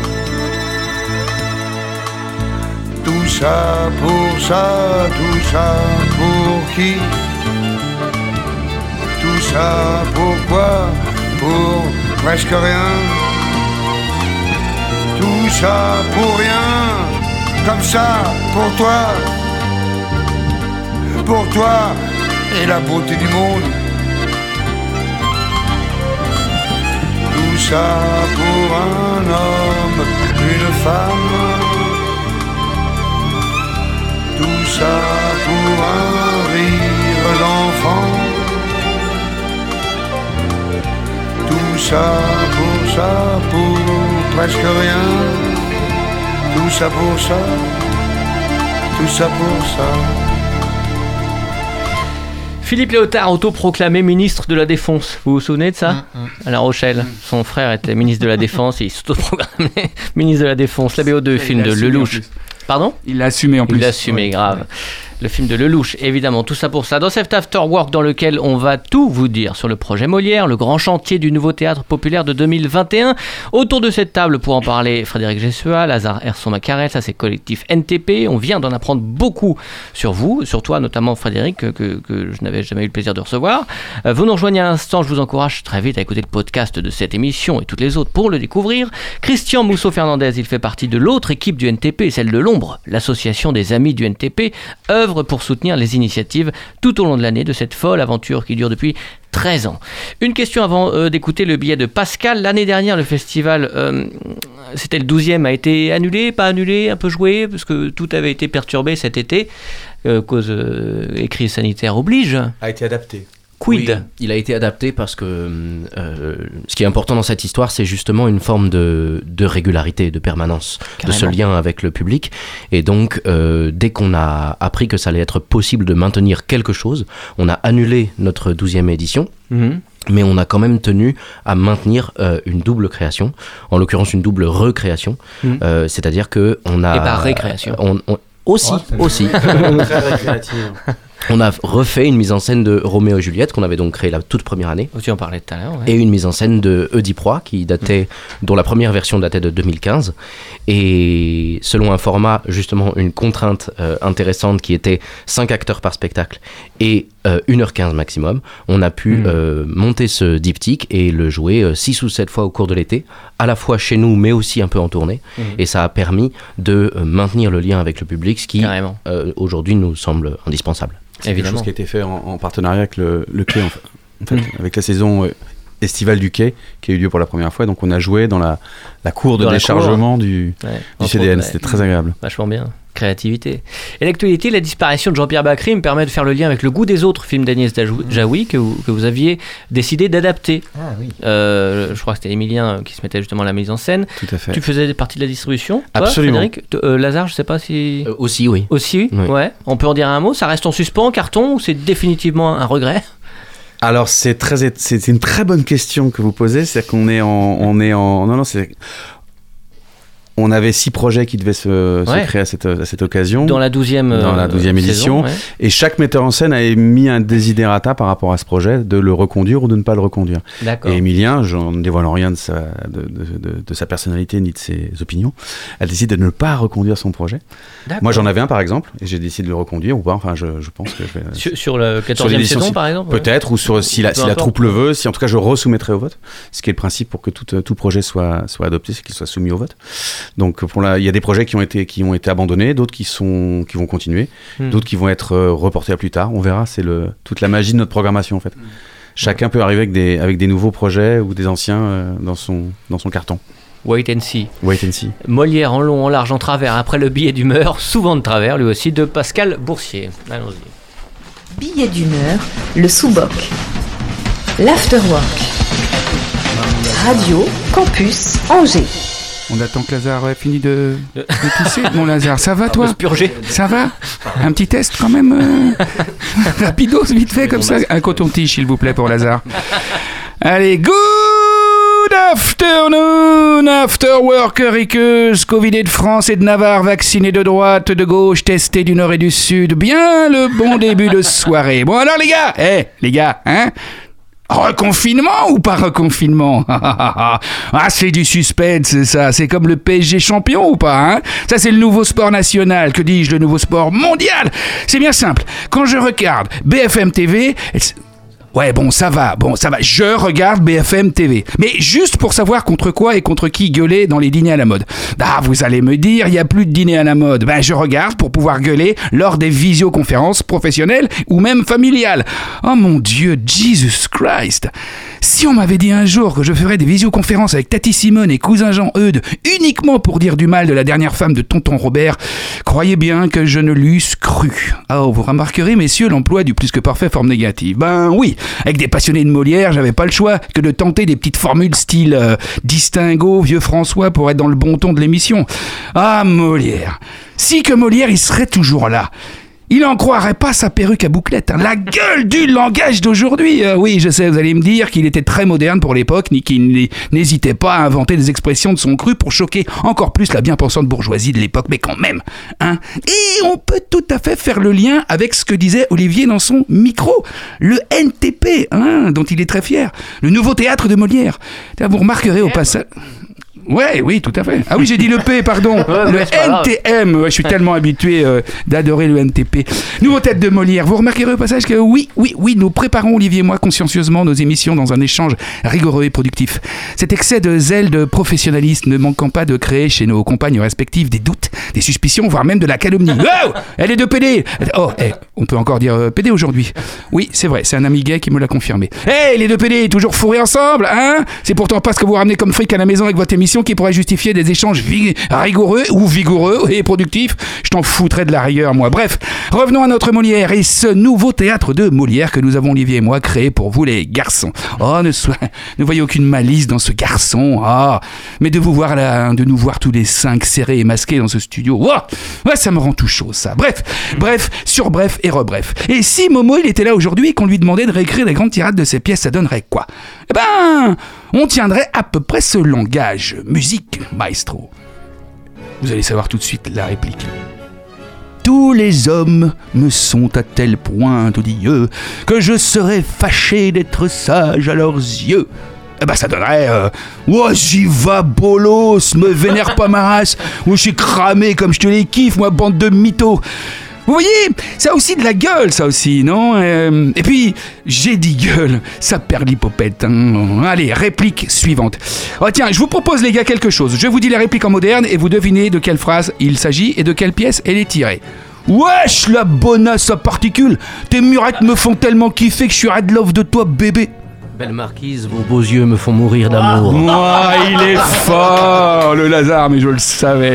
Tout ça pour ça, tout ça pour qui? Tout ça pourquoi? Pour presque rien. Tout ça pour rien, comme ça pour toi. Pour toi et la beauté du monde. Tout ça pour un homme, une femme. Tout ça pour un rire d'enfant. Tout ça pour ça, pour presque rien. Tout ça pour ça, tout ça pour ça. Philippe Léotard, autoproclamé ministre de la Défense. Vous vous souvenez de ça? mmh, mmh. À La Rochelle, mmh. Son frère était ministre de la Défense et il s'autoproclamait ministre de la Défense. La B O deux, film de Lelouch. Pardon? Il l'a assumé en plus. Il l'a assumé, ouais, grave. Ouais. Le film de Lelouch, évidemment, tout ça pour ça. Dans cet Afterwork dans lequel on va tout vous dire sur le projet Molière, le grand chantier du nouveau théâtre populaire de deux mille vingt et un. Autour de cette table, pour en parler, Frédéric Gessua, Lazare Herson-Macarel, ça c'est collectif N T P. On vient d'en apprendre beaucoup sur vous, sur toi notamment Frédéric, que, que, que je n'avais jamais eu le plaisir de recevoir. Euh, vous nous rejoignez à l'instant, je vous encourage très vite à écouter le podcast de cette émission et toutes les autres pour le découvrir. Christian Mousseau-Fernandez, il fait partie de l'autre équipe du N T P, celle de l'Ombre, l'association des amis du N T P, œuvre œuvrent pour soutenir les initiatives tout au long de l'année de cette folle aventure qui dure depuis treize ans. Une question avant euh, d'écouter le billet de Pascal. L'année dernière, le festival, euh, c'était le douzième, a été annulé, pas annulé, un peu joué, parce que tout avait été perturbé cet été, euh, cause euh, et crise sanitaire oblige. A été adapté. Quid ? Oui, il a été adapté parce que euh, ce qui est important dans cette histoire, c'est justement une forme de, de régularité, de permanence, Carrément. de ce lien avec le public. Et donc, euh, dès qu'on a appris que ça allait être possible de maintenir quelque chose, on a annulé notre douzième édition. Mmh. Mais on a quand même tenu à maintenir euh, une double création, en l'occurrence une double recréation. Mmh. Euh, c'est-à-dire qu'on a... Et par récréation. On, on, aussi, oh, aussi. Très récréative. On a refait une mise en scène de Roméo et Juliette qu'on avait donc créée la toute première année. Tu en parlais tout à l'heure. Ouais. Et une mise en scène de Oedipe-Roi qui datait, mmh. dont la première version datait de deux mille quinze. Et selon un format, justement, une contrainte euh, intéressante qui était cinq acteurs par spectacle et euh, une heure quinze maximum, on a pu mmh. euh, monter ce diptyque et le jouer euh, six ou sept fois au cours de l'été, à la fois chez nous mais aussi un peu en tournée. Mmh. Et ça a permis de euh, maintenir le lien avec le public, ce qui euh, aujourd'hui nous semble indispensable. C'est Évidemment. quelque chose qui a été fait en, en partenariat avec le, le Quai, en fait, en fait mmh. avec la saison euh, estivale du Quai, qui a eu lieu pour la première fois. Donc on a joué dans la, la cour de dans déchargement cour. du, ouais, du C D N. Ouais. C'était très agréable. Vachement bien. Créativité. Et l'actualité, la disparition de Jean-Pierre Bacry me permet de faire le lien avec Le Goût des autres, film d'Agnès Jaoui que vous, que vous aviez décidé d'adapter. Ah, oui. euh, je crois que c'était Emilien qui se mettait justement à la mise en scène. Tout à fait. Tu faisais partie de la distribution, toi, Absolument. Frédéric euh, Lazare, je sais pas si... Euh, aussi, oui. Aussi, oui. Ouais. On peut en dire un mot. Ça reste en suspens, carton, ou c'est définitivement un regret ? Alors c'est très, c'est une très bonne question que vous posez. C'est qu'on est en, on est en, non non c'est. On avait six projets qui devaient se, ouais. se créer à cette, à cette occasion. Dans la douzième Dans la douzième édition. Saison, ouais. Et chaque metteur en scène a émis un desiderata par rapport à ce projet, de le reconduire ou de ne pas le reconduire. D'accord. Et Emilien, je ne dévoilant rien de sa, de, de, de, de sa personnalité ni de ses opinions, elle décide de ne pas reconduire son projet. D'accord. Moi j'en avais un par exemple, et j'ai décidé de le reconduire ou pas. Enfin, je, je pense que je vais... Sur, sur le quatorzième saison si, par exemple peut-être, ouais. ou sur, si, la, si la troupe le veut, si en tout cas je resoumettrai au vote. Ce qui est le principe pour que tout, tout projet soit, soit adopté, c'est qu'il soit soumis au vote. Donc pour la, il y a des projets qui ont été, qui ont été abandonnés, d'autres qui, sont, qui vont continuer, mmh. d'autres qui vont être euh, reportés à plus tard. On verra, c'est le, toute la magie de notre programmation en fait. Mmh. Chacun peut arriver avec des, avec des nouveaux projets ou des anciens euh, dans, son, dans son carton. Wait and see. Wait and see. Molière en long, en large, en travers, après le billet d'humeur, souvent de travers, lui aussi, de Pascal Boursier. Allons-y. Billet d'humeur, le sous-boc. L'afterwork. Radio Campus Angers. On attend que Lazare ait fini de, de tousser. Mon Lazare, ça va toi ? Ça va ? Un petit test quand même euh... rapidos, vite fait, comme ça. Un coton-tige, s'il vous plaît, pour Lazare. Allez, good afternoon, afterworkeriqueuses, Covidés de France et de Navarre, vaccinés de droite, de gauche, testés du nord et du sud. Bien le bon début de soirée. Bon alors les gars, eh, hey, les gars, hein ? Reconfinement ou pas reconfinement ? Ah, c'est du suspense, c'est ça. C'est comme le P S G champion ou pas, hein ? Ça, c'est le nouveau sport national. Que dis-je, le nouveau sport mondial ? C'est bien simple. Quand je regarde B F M T V... Ouais, bon, ça va, bon, ça va. Je regarde B F M T V. Mais juste pour savoir contre quoi et contre qui gueuler dans les dîners à la mode. Ah, vous allez me dire, il n'y a plus de dîner à la mode. Ben, je regarde pour pouvoir gueuler lors des visioconférences professionnelles ou même familiales. Oh mon Dieu, Jesus Christ. Si on m'avait dit un jour que je ferais des visioconférences avec Tati Simone et cousin Jean-Eudes uniquement pour dire du mal de la dernière femme de tonton Robert, croyez bien que je ne l'eusse cru. Oh, vous remarquerez, messieurs, l'emploi du plus que parfait forme négative. Ben oui, avec des passionnés de Molière, j'avais pas le choix que de tenter des petites formules style euh, distingo, vieux François pour être dans le bon ton de l'émission. Ah, Molière. Si que Molière, il serait toujours là. Il en croirait pas sa perruque à bouclettes, hein. La gueule du langage d'aujourd'hui. Euh, oui, je sais, vous allez me dire qu'il était très moderne pour l'époque, ni qu'il n'hésitait pas à inventer des expressions de son cru pour choquer encore plus la bien-pensante bourgeoisie de l'époque, mais quand même, hein. Et on peut tout à fait faire le lien avec ce que disait Olivier dans son micro, le N T P, hein, dont il est très fier, le nouveau théâtre de Molière. Vous remarquerez au passage... Ouais, oui, tout à fait. Ah oui, j'ai dit le P, pardon. Ouais, le ouais, N T M. Ouais, je suis tellement habitué euh, d'adorer le N T P. Nouveau tête de Molière. Vous remarquerez au passage que oui, oui, oui, nous préparons, Olivier et moi, consciencieusement nos émissions dans un échange rigoureux et productif. Cet excès de zèle de professionnalisme ne manquant pas de créer chez nos compagnes respectives des doutes, des suspicions, voire même de la calomnie. Oh, elle est de P D. Oh, hey, on peut encore dire euh, P D aujourd'hui. Oui, c'est vrai, c'est un ami gay qui me l'a confirmé. Hey, les deux P D, toujours fourrés ensemble, hein? C'est pourtant pas ce que vous ramenez comme fric à la maison avec votre émission qui pourrait justifier des échanges vi- rigoureux ou vigoureux et productifs. Je t'en foutrais de la rigueur, moi. Bref, revenons à notre Molière et ce nouveau théâtre de Molière que nous avons, Olivier et moi, créé pour vous les garçons. Oh, ne, so- ne voyez aucune malice dans ce garçon. Ah, mais de vous voir là, de nous voir tous les cinq serrés et masqués dans ce studio, oh, ouais, ça me rend tout chaud, ça. Bref, bref, sur bref et rebref. Et si Momo, il était là aujourd'hui et qu'on lui demandait de réécrire les grandes tirades de ses pièces, ça donnerait quoi? Eh ben, on tiendrait à peu près ce langage. Musique, maestro. Vous allez savoir tout de suite la réplique. Tous les hommes me sont à tel point odieux que je serais fâché d'être sage à leurs yeux. Eh ben ça donnerait euh, oh j'y va bolos, me vénère pas ma race, ou je suis cramé comme je te les kiffe, moi bande de mythos. Vous voyez, ça a aussi de la gueule, ça aussi, non? euh, Et puis, j'ai dit gueule, ça perd l'hypopète. Hein. Allez, réplique suivante. Oh tiens, je vous propose les gars quelque chose. Je vous dis la réplique en moderne et vous devinez de quelle phrase il s'agit et de quelle pièce elle est tirée. Wesh, la bonasse à particules. Tes murettes me font tellement kiffer que je suis red love de toi, bébé. Belle marquise, vos beaux yeux me font mourir d'amour. Moi, il est fort, le Lazare, mais je le savais.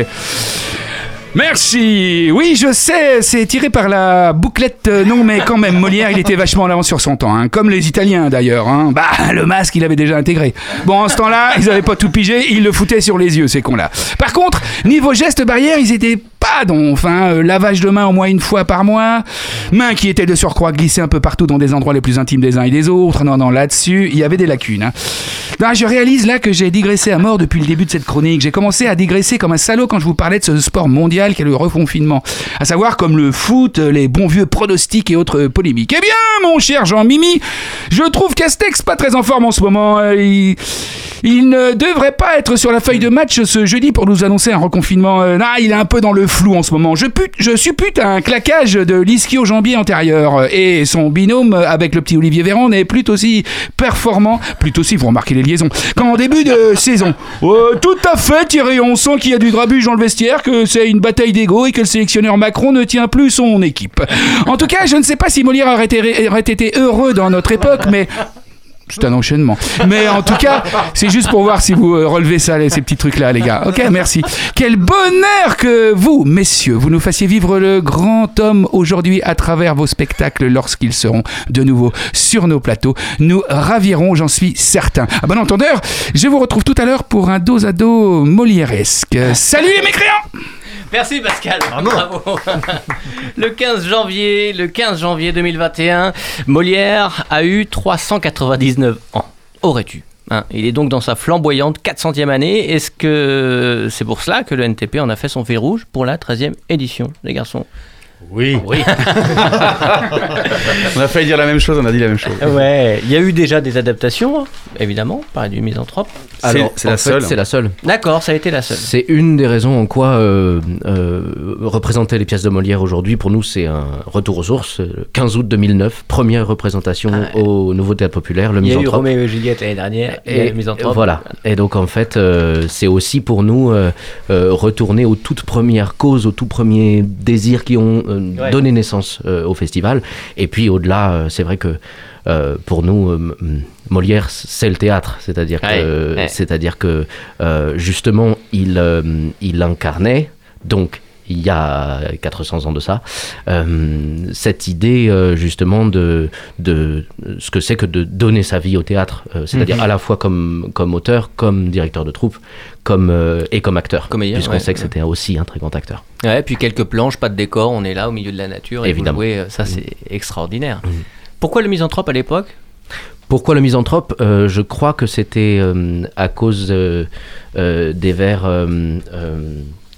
Merci. Oui, je sais, c'est tiré par la bouclette. Euh, non, mais quand même, Molière, il était vachement en avance sur son temps, hein, comme les Italiens d'ailleurs. Hein. Bah, le masque, il avait déjà intégré. Bon, en ce temps-là, ils avaient pas tout pigé, ils le foutaient sur les yeux, ces cons-là. Par contre, niveau geste barrière, ils étaient pas donc. Enfin, euh, lavage de main au moins une fois par mois, mains qui étaient de surcroît glissées un peu partout dans des endroits les plus intimes des uns et des autres. Non, non, là-dessus, il y avait des lacunes. Hein. Non, je réalise là que j'ai digressé à mort depuis le début de cette chronique. J'ai commencé à digresser comme un salaud quand je vous parlais de ce sport mondial qu'est le reconfinement. À savoir comme le foot, les bons vieux pronostics et autres polémiques. Eh bien, mon cher Jean-Mimi, je trouve Castex pas très en forme en ce moment. Il, il ne devrait pas être sur la feuille de match ce jeudi pour nous annoncer un reconfinement. Ah, il est un peu dans le flou en ce moment. Je, pute, je suppute un claquage de l'ischio-jambier antérieur. Et son binôme avec le petit Olivier Véran n'est plus aussi performant, plus aussi, vous remarquez les liaisons, qu'en début de saison. Euh, tout à fait, Thierry, on sent qu'il y a du grabuge dans le vestiaire, que c'est une bataille d'ego et que le sélectionneur Macron ne tient plus son équipe. En tout cas, je ne sais pas si Molière aurait été, aurait été heureux dans notre époque, mais... C'est un enchaînement. Mais en tout cas, c'est juste pour voir si vous relevez ça, ces petits trucs-là, les gars. Ok, merci. Quel bonheur que vous, messieurs, vous nous fassiez vivre le grand homme aujourd'hui à travers vos spectacles lorsqu'ils seront de nouveau sur nos plateaux. Nous ravirons, j'en suis certain. À bon entendeur, je vous retrouve tout à l'heure pour un dos à dos molièresque. Salut les mécréants! Merci Pascal, bravo. Bravo. Le quinze janvier, le quinze janvier deux mille vingt et un, Molière a eu trois cent quatre-vingt-dix-neuf ans. Aurais-tu hein, il est donc dans sa flamboyante quatre centième année. Est-ce que c'est pour cela que le N T P en a fait son fil rouge pour la treizième édition, les garçons? Oui. Oui. On a failli dire la même chose, on a dit la même chose. Ouais, il y a eu déjà des adaptations, évidemment, par du Misanthrope. Alors, c'est la fait, seule. C'est la seule. D'accord, ça a été la seule. C'est une des raisons en quoi euh, euh, représenter les pièces de Molière aujourd'hui, pour nous, c'est un retour aux sources. Le quinze août deux mille neuf, première représentation ah, ouais. au Nouveau Théâtre Populaire, le Misanthrope. Il y a eu Roméo et Juliette l'année dernière, et, et le Misanthrope. Voilà. Et donc, en fait, euh, c'est aussi pour nous euh, euh, retourner aux toutes premières causes, aux tout premiers désirs qui ont euh, ouais. donné naissance euh, au festival. Et puis, au-delà, euh, c'est vrai que Euh, pour nous, euh, Molière, c'est le théâtre, c'est-à-dire ouais, que, ouais. c'est-à-dire que euh, justement, il, euh, il incarnait, donc il y a quatre cents ans de ça, euh, cette idée euh, justement de, de ce que c'est que de donner sa vie au théâtre, euh, c'est-à-dire mm-hmm. à la fois comme, comme auteur, comme directeur de troupe, comme, euh, et comme acteur, Comédien, puisqu'on ouais, sait que ouais. c'était aussi un très grand acteur. Ouais, puis quelques planches, pas de décor, on est là au milieu de la nature, et évidemment. Vous jouez, ça c'est mm-hmm. extraordinaire. Mm-hmm. Pourquoi le Misanthrope à l'époque ? Pourquoi le Misanthrope ? euh, Je crois que c'était euh, à cause euh, euh, des vers euh, euh,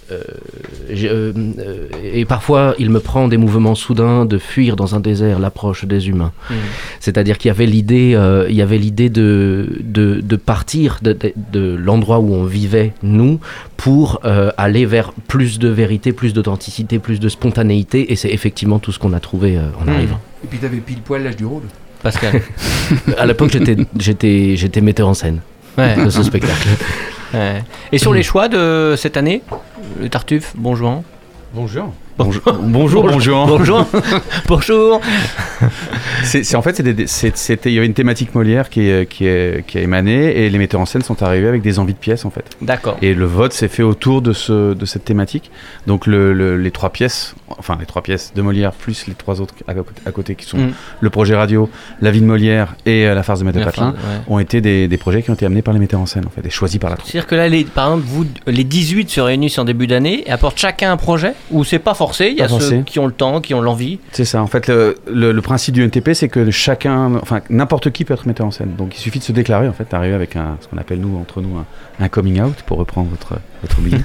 euh, euh, euh, et parfois, il me prend des mouvements soudains de fuir dans un désert l'approche des humains. Mmh. C'est-à-dire qu'il y avait l'idée, euh, il y avait l'idée de, de, de partir de, de, de l'endroit où on vivait, nous, pour euh, aller vers plus de vérité, plus d'authenticité, plus de spontanéité. Et c'est effectivement tout ce qu'on a trouvé euh, en mmh. arrivant. Et puis, tu avais pile poil l'âge du rôle. Pascal. À l'époque, j'étais, j'étais, j'étais metteur en scène ouais. de ce spectacle. Ouais. Et sur les choix de cette année, le Tartuffe, bonjour. Bonjour. Bonjour. Bonjour. Bonjour. Bonjour. Bonjour. C'est, c'est en fait, c'est des, c'est, c'était, il y avait une thématique Molière qui, est, qui, est, qui a émané et les metteurs en scène sont arrivés avec des envies de pièces en fait. D'accord. Et le vote s'est fait autour de, ce, de cette thématique. Donc le, le, les trois pièces, enfin les trois pièces de Molière plus les trois autres à côté, à côté qui sont mm. le projet radio, La vie de Molière et euh, La farce de Maître Patelin, ouais. ont été des, des projets qui ont été amenés par les metteurs en scène en fait, et choisis par la troupe. C'est-à-dire que là, les, par exemple, vous, les dix-huit se réunissent en début d'année et apportent chacun un projet ou c'est pas forcé, il y a pas ceux forcé. Qui ont le temps, qui ont l'envie. C'est ça, en fait, le, le, le principe du N T P, c'est que chacun, enfin n'importe qui peut être metteur en scène. Donc il suffit de se déclarer, en fait, d'arriver avec un, ce qu'on appelle nous, entre nous, un, un coming out, pour reprendre votre, votre billet.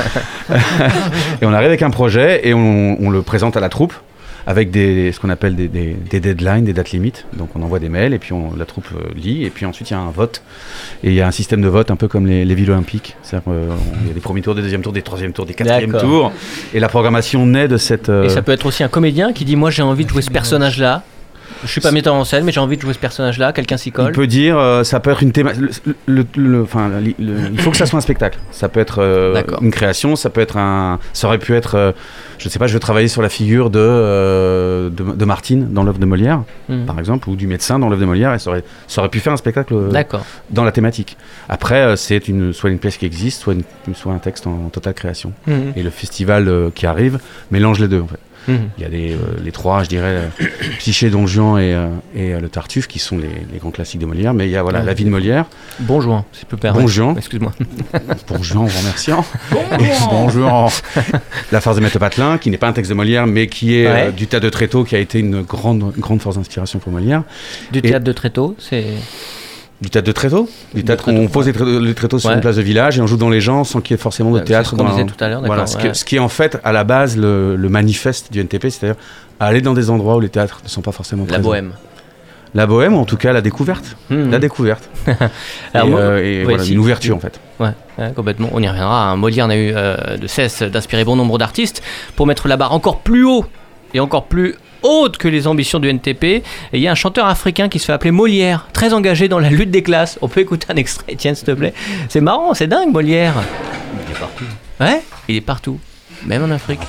Et on arrive avec un projet et on, on le présente à la troupe avec des, ce qu'on appelle des, des, des deadlines, des dates limites. Donc on envoie des mails et puis on, la troupe euh, lit et puis ensuite il y a un vote. Et il y a un système de vote un peu comme les, les villes olympiques. C'est-à-dire euh, il y a des premiers tours, des deuxièmes tours, des troisièmes tours, des quatrièmes D'accord. tours. Et la programmation naît de cette... Euh... Et ça peut être aussi un comédien qui dit « Moi j'ai envie de jouer ce personnage-là ». Je suis pas metteur en scène, mais j'ai envie de jouer ce personnage-là. Quelqu'un s'y colle. Il peut dire, euh, ça peut être une thématique. Le, le, le, enfin, le, le, il faut que ça soit un spectacle. Ça peut être euh, une création, ça peut être un. Ça aurait pu être, euh, je ne sais pas, je veux travailler sur la figure de euh, de, de Martine dans l'œuvre de Molière, mmh. par exemple, ou du médecin dans l'œuvre de Molière. Et ça aurait, ça aurait pu faire un spectacle euh, dans la thématique. Après, euh, c'est une, soit une pièce qui existe, soit, une, soit un texte en, en totale création. Mmh. Et le festival euh, qui arrive mélange les deux, en fait. Mmh. Il y a les, euh, les trois, je dirais, euh, Psyché, Don Juan et, euh, et euh, le Tartuffe, qui sont les, les grands classiques de Molière. Mais il y a voilà, ouais. La vie de Molière. Bon Juan, si peut permettre. Bon Juan. Excuse-moi. Bon Juan, en vous remerciant. Bon Juan. La farce de Maître Patelin, qui n'est pas un texte de Molière, mais qui est ouais. euh, du théâtre de Tréteau, qui a été une grande, grande force d'inspiration pour Molière. Du et théâtre de Tréteau, c'est... Du théâtre de tréteau, du théâtre où on pose les tréteaux, les tréteaux sur ouais. une place de village et on joue dans les gens sans qu'il y ait forcément de ouais, théâtre. C'est ce qu'on dans disait tout à l'heure, voilà, d'accord. Ce, ouais. que, ce qui est en fait à la base le, le manifeste du N T P, c'est-à-dire aller dans des endroits où les théâtres ne sont pas forcément présents. La bohème. La bohème, ou en tout cas la découverte. Mmh. La découverte. Alors, et moi, euh, et ouais, voilà, si, une ouverture en fait. Ouais, ouais, complètement. On y reviendra. Hein. Molière n'a eu euh, de cesse d'inspirer bon nombre d'artistes pour mettre la barre encore plus haut et encore plus haute que les ambitions du N T P. Et il y a un chanteur africain qui se fait appeler Molière, très engagé dans la lutte des classes. On peut écouter un extrait, tiens, s'il te plaît. C'est marrant, c'est dingue, Molière. Il est partout. Ouais, il est partout, même en Afrique.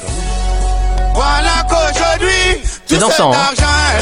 Voilà qu'aujourd'hui, c'est dansant. Hein.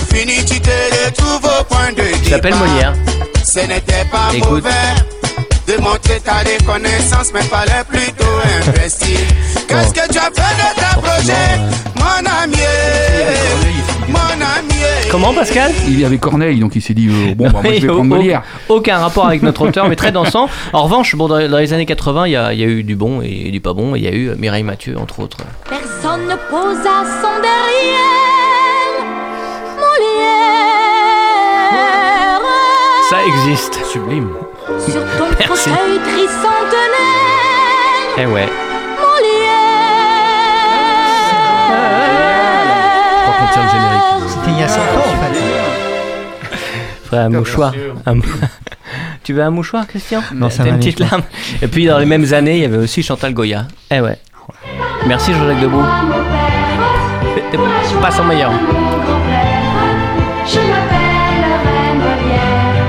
Il s'appelle Molière. Ce n'était pas Écoute. mauvais de montrer ta reconnaissance, mais fallait plutôt investir. Qu'est-ce oh. que tu as fait de ta projet, euh... mon ami, mon ami. Comment, Pascal? Il y avait Corneille, donc il s'est dit euh, bon, bah, moi je vais prendre Molière. Aucun rapport avec notre auteur, mais très dansant. En revanche, bon, dans les années quatre-vingts, il y, y a eu du bon et du pas bon. Il y a eu Mireille Mathieu, entre autres. Personne ne posa son derrière, Molière. Ça existe, sublime. Sur ton fauteuil tricentenaire. Eh ouais. C'était il y a cent ans en fait. Frère, un mouchoir. Un mou... Tu veux un mouchoir, Christian? Non, ça T'as va une petite larme. Et puis dans les mêmes années, il y avait aussi Chantal Goya. Eh ouais. Merci Jean-Jacques Debout. T'es pas son meilleur. Je m'appellerai Molière,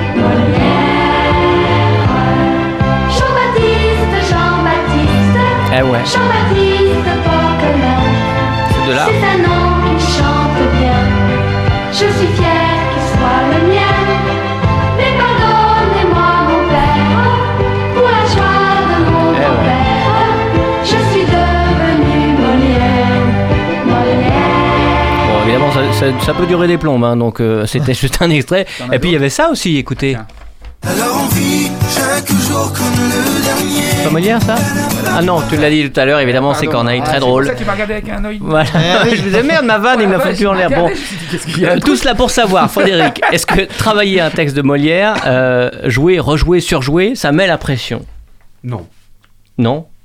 Molière. Jean-Baptiste, Jean-Baptiste. Eh ouais. Jean-Baptiste Poquelin. C'est de là. C'est un nom qui chante bien. Je suis fière qu'il soit le mien. Mais pardonnez-moi mon père pour la joie de mon eh grand-père. Ouais. Je suis devenue Molière, Molière. Bon, évidemment, ça, ça, ça peut durer des plombes, hein, donc euh, c'était juste un extrait. Et puis il y avait ça aussi, écoutez. Alors on vit chaque jour comme le dernier. C'est pas Molière, ça? Ah non, tu l'as dit tout à l'heure, évidemment, c'est Corneille, très ah, drôle. C'est pour ça que tu m'as regardé avec un œil. Voilà. Je me disais, merde, ma vanne, il me l'a foutu en l'air. Bon, euh, tout cela pour savoir, Frédéric, est-ce que travailler un texte de Molière, euh, jouer, rejouer, surjouer, ça met la pression? Non. Non?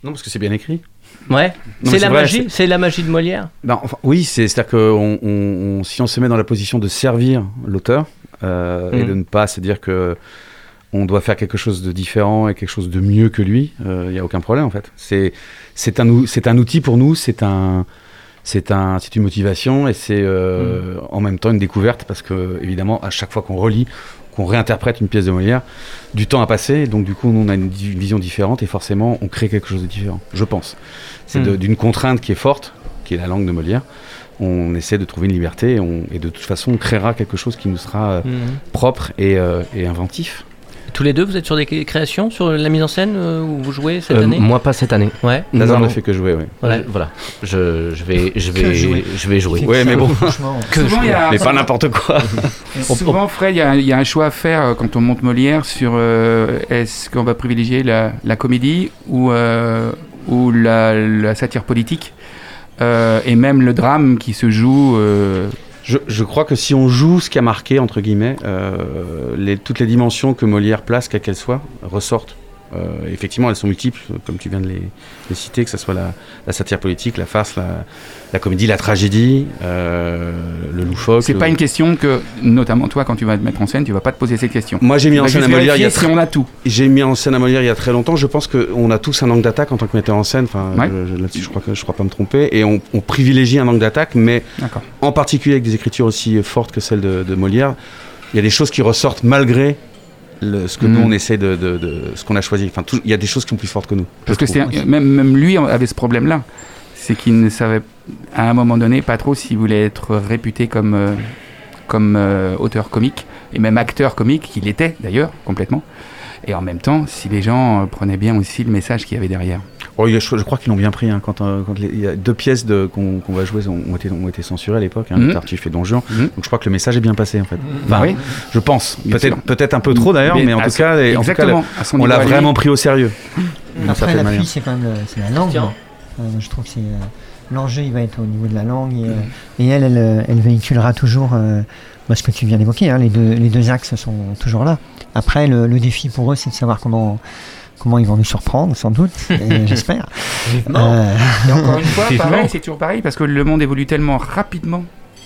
Non, parce que c'est bien écrit. Ouais. Non, c'est la vrai, magie. c'est... c'est la magie de Molière. Ben, enfin, oui, c'est, c'est-à-dire que on, on, on, si on se met dans la position de servir l'auteur euh, mmh. et de ne pas se dire que on doit faire quelque chose de différent et quelque chose de mieux que lui, il euh, n'y a aucun problème en fait. C'est, c'est, un, c'est un outil pour nous, c'est, un, c'est, un, c'est une motivation et c'est euh, mmh. en même temps une découverte parce que évidemment à chaque fois qu'on relit, qu'on réinterprète une pièce de Molière, du temps a passé et donc du coup on a une, une vision différente et forcément on crée quelque chose de différent, je pense. C'est mmh. de, d'une contrainte qui est forte, qui est la langue de Molière. On essaie de trouver une liberté et, on, et de toute façon on créera quelque chose qui nous sera euh, mmh. propre et, euh, et inventif. Tous les deux, vous êtes sur des créations, sur la mise en scène euh, où vous jouez cette euh, année ? Moi, pas cette année. Ouais. Lazare ne fait que jouer, oui. Ouais. Je, voilà. Je, je vais, je vais, jouer. je vais jouer. Ouais, mais bon. que souvent, jouer. A... Mais pas n'importe quoi. Souvent, Fred, il y, y a un choix à faire quand on monte Molière sur euh, est-ce qu'on va privilégier la, la comédie ou euh, ou la, la satire politique euh, et même le drame qui se joue. Euh, Je, je crois que si on joue ce qui a marqué, entre guillemets, euh, les, toutes les dimensions que Molière place, quelles qu'elles soient, ressortent. Euh, effectivement, elles sont multiples, comme tu viens de les, les citer, que ce soit la, la satire politique, la farce, la, la comédie, la tragédie, euh, le loufoque. C'est le... pas une question que, notamment toi, quand tu vas te mettre en scène, tu vas pas te poser cette question. Moi, j'ai mis en scène à Molière il y a si on a tout. J'ai mis en scène à Molière il y a très longtemps. Je pense qu'on a tous un angle d'attaque en tant que metteur en scène. Enfin, ouais. je, je, là-dessus, je crois que je crois pas me tromper. Et on, on privilégie un angle d'attaque, mais D'accord. en particulier avec des écritures aussi fortes que celles de, de Molière, il y a des choses qui ressortent malgré. Le, ce que mmh. nous on essaie de, de, de ce qu'on a choisi. Enfin, il y a des choses qui sont plus fortes que nous. Parce que c'est un, même, même lui avait ce problème-là, c'est qu'il ne savait à un moment donné pas trop s'il voulait être réputé comme euh, comme euh, auteur comique et même acteur comique qu'il était d'ailleurs complètement. Et en même temps, si les gens euh, prenaient bien aussi le message qu'il y avait derrière. Oh, je, je crois qu'ils l'ont bien pris. Hein, quand, euh, quand les, il y a deux pièces de, qu'on, qu'on va jouer ont, ont, été, ont été censurées à l'époque, hein, mmh. Tartuffe et Don Juan. Mmh. Donc je crois que le message est bien passé en fait. Bah oui. Je pense. Peut-être, peut-être un peu trop d'ailleurs, mais, mais en, tout son, cas, les, en tout cas, on l'a aller. vraiment pris au sérieux. Mmh. Après, la pluie, c'est quand même le, c'est la langue. Euh, je trouve que c'est, euh, l'enjeu, il va être au niveau de la langue. Et, mmh. euh, et elle, elle, elle véhiculera toujours euh, bah, ce que tu viens d'évoquer. Hein, les, deux, les deux axes sont toujours là. Après, le, le défi pour eux, c'est de savoir comment... Comment ils vont nous surprendre, sans doute, et j'espère. Euh... Et encore une fois, pareil, c'est toujours pareil, parce que le monde évolue tellement rapidement,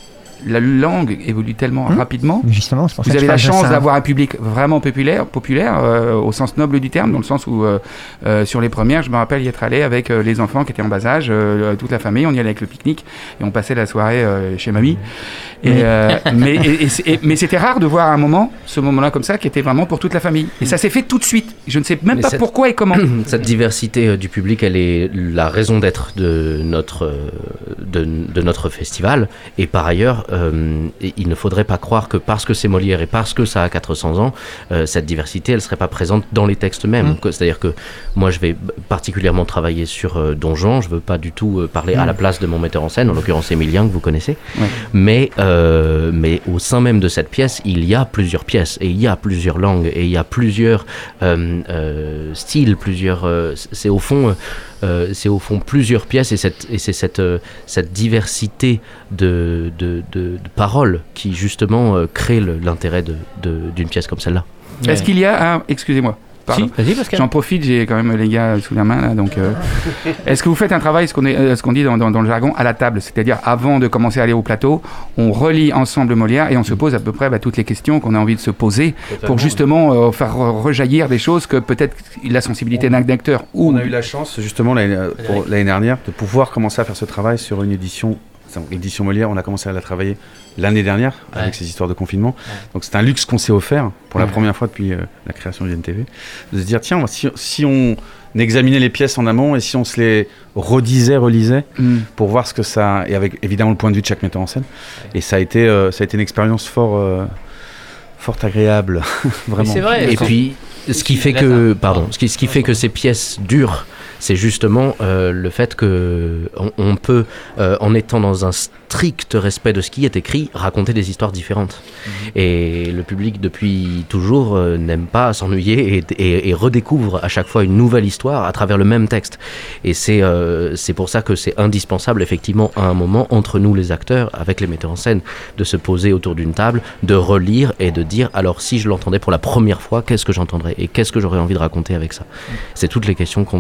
la langue évolue tellement mmh. rapidement. Justement, c'est pour vous ça avez que la je chance ça. d'avoir un public vraiment populaire, populaire euh, au sens noble du terme, dans le sens où, euh, euh, sur les premières, je me rappelle y être allé avec euh, les enfants qui étaient en bas âge, euh, toute la famille, on y allait avec le pique-nique, et on passait la soirée euh, chez mamie. Et, euh, mais, et, et, et, mais c'était rare de voir un moment, ce moment-là comme ça, qui était vraiment pour toute la famille. Et ça s'est fait tout de suite. Je ne sais même mais pas cette, pourquoi et comment. Cette diversité euh, du public, elle est la raison d'être de notre, euh, de, de notre festival. Et par ailleurs, euh, il ne faudrait pas croire que parce que c'est Molière et parce que ça a quatre cents ans, euh, cette diversité, elle ne serait pas présente dans les textes mêmes. Mmh. C'est-à-dire que moi, je vais particulièrement travailler sur euh, Don Juan. Je ne veux pas du tout euh, parler mmh. à la place de mon metteur en scène, en l'occurrence Émilien, que vous connaissez. Ouais. Mais... Euh, Euh, mais au sein même de cette pièce, il y a plusieurs pièces et il y a plusieurs langues et il y a plusieurs euh, euh, styles, plusieurs. Euh, c'est au fond, euh, c'est au fond plusieurs pièces et, cette, et c'est cette, euh, cette diversité de, de, de, de paroles qui justement euh, crée le, l'intérêt de, de, d'une pièce comme celle-là. Ouais. Est-ce qu'il y a un, excusez-moi. Pardon. Si, vas-y, Pascal. J'en profite, j'ai quand même les gars sous la main là, donc. Euh, est-ce que vous faites un travail, ce qu'on, est, euh, ce qu'on dit dans, dans, dans le jargon, à la table, c'est-à-dire avant de commencer à aller au plateau, on relit ensemble Molière et on se pose à peu près bah, toutes les questions qu'on a envie de se poser Totalement, pour justement euh, faire rejaillir des choses que peut-être la sensibilité d'un acteur. Ou... On a eu la chance justement l'année, pour, l'année dernière de pouvoir commencer à faire ce travail sur une édition. L'édition Molière, on a commencé à la travailler l'année dernière ouais. avec ces histoires de confinement. Ouais. Donc c'est un luxe qu'on s'est offert pour ouais. la première fois depuis euh, la création du N T V, de se dire tiens, si, si on examinait les pièces en amont et si on se les redisait, relisait mm. pour voir ce que ça, et avec évidemment le point de vue de chaque metteur en scène. Ouais. Et ça a été, euh, ça a été une expérience fort, euh, fort agréable, vraiment. Mais c'est vrai. Et puis ce qui fait que, pardon, ce qui, ce qui fait que ces pièces durent. C'est justement euh, le fait qu'on on peut, euh, en étant dans un strict respect de ce qui est écrit, raconter des histoires différentes. Mmh. Et le public, depuis toujours, euh, n'aime pas s'ennuyer et, et, et redécouvre à chaque fois une nouvelle histoire à travers le même texte. Et c'est, euh, c'est pour ça que c'est indispensable, effectivement, à un moment, entre nous les acteurs, avec les metteurs en scène, de se poser autour d'une table, de relire et de dire, alors si je l'entendais pour la première fois, qu'est-ce que j'entendrais et qu'est-ce que j'aurais envie de raconter avec ça ? Mmh. C'est toutes les questions qu'on va se poser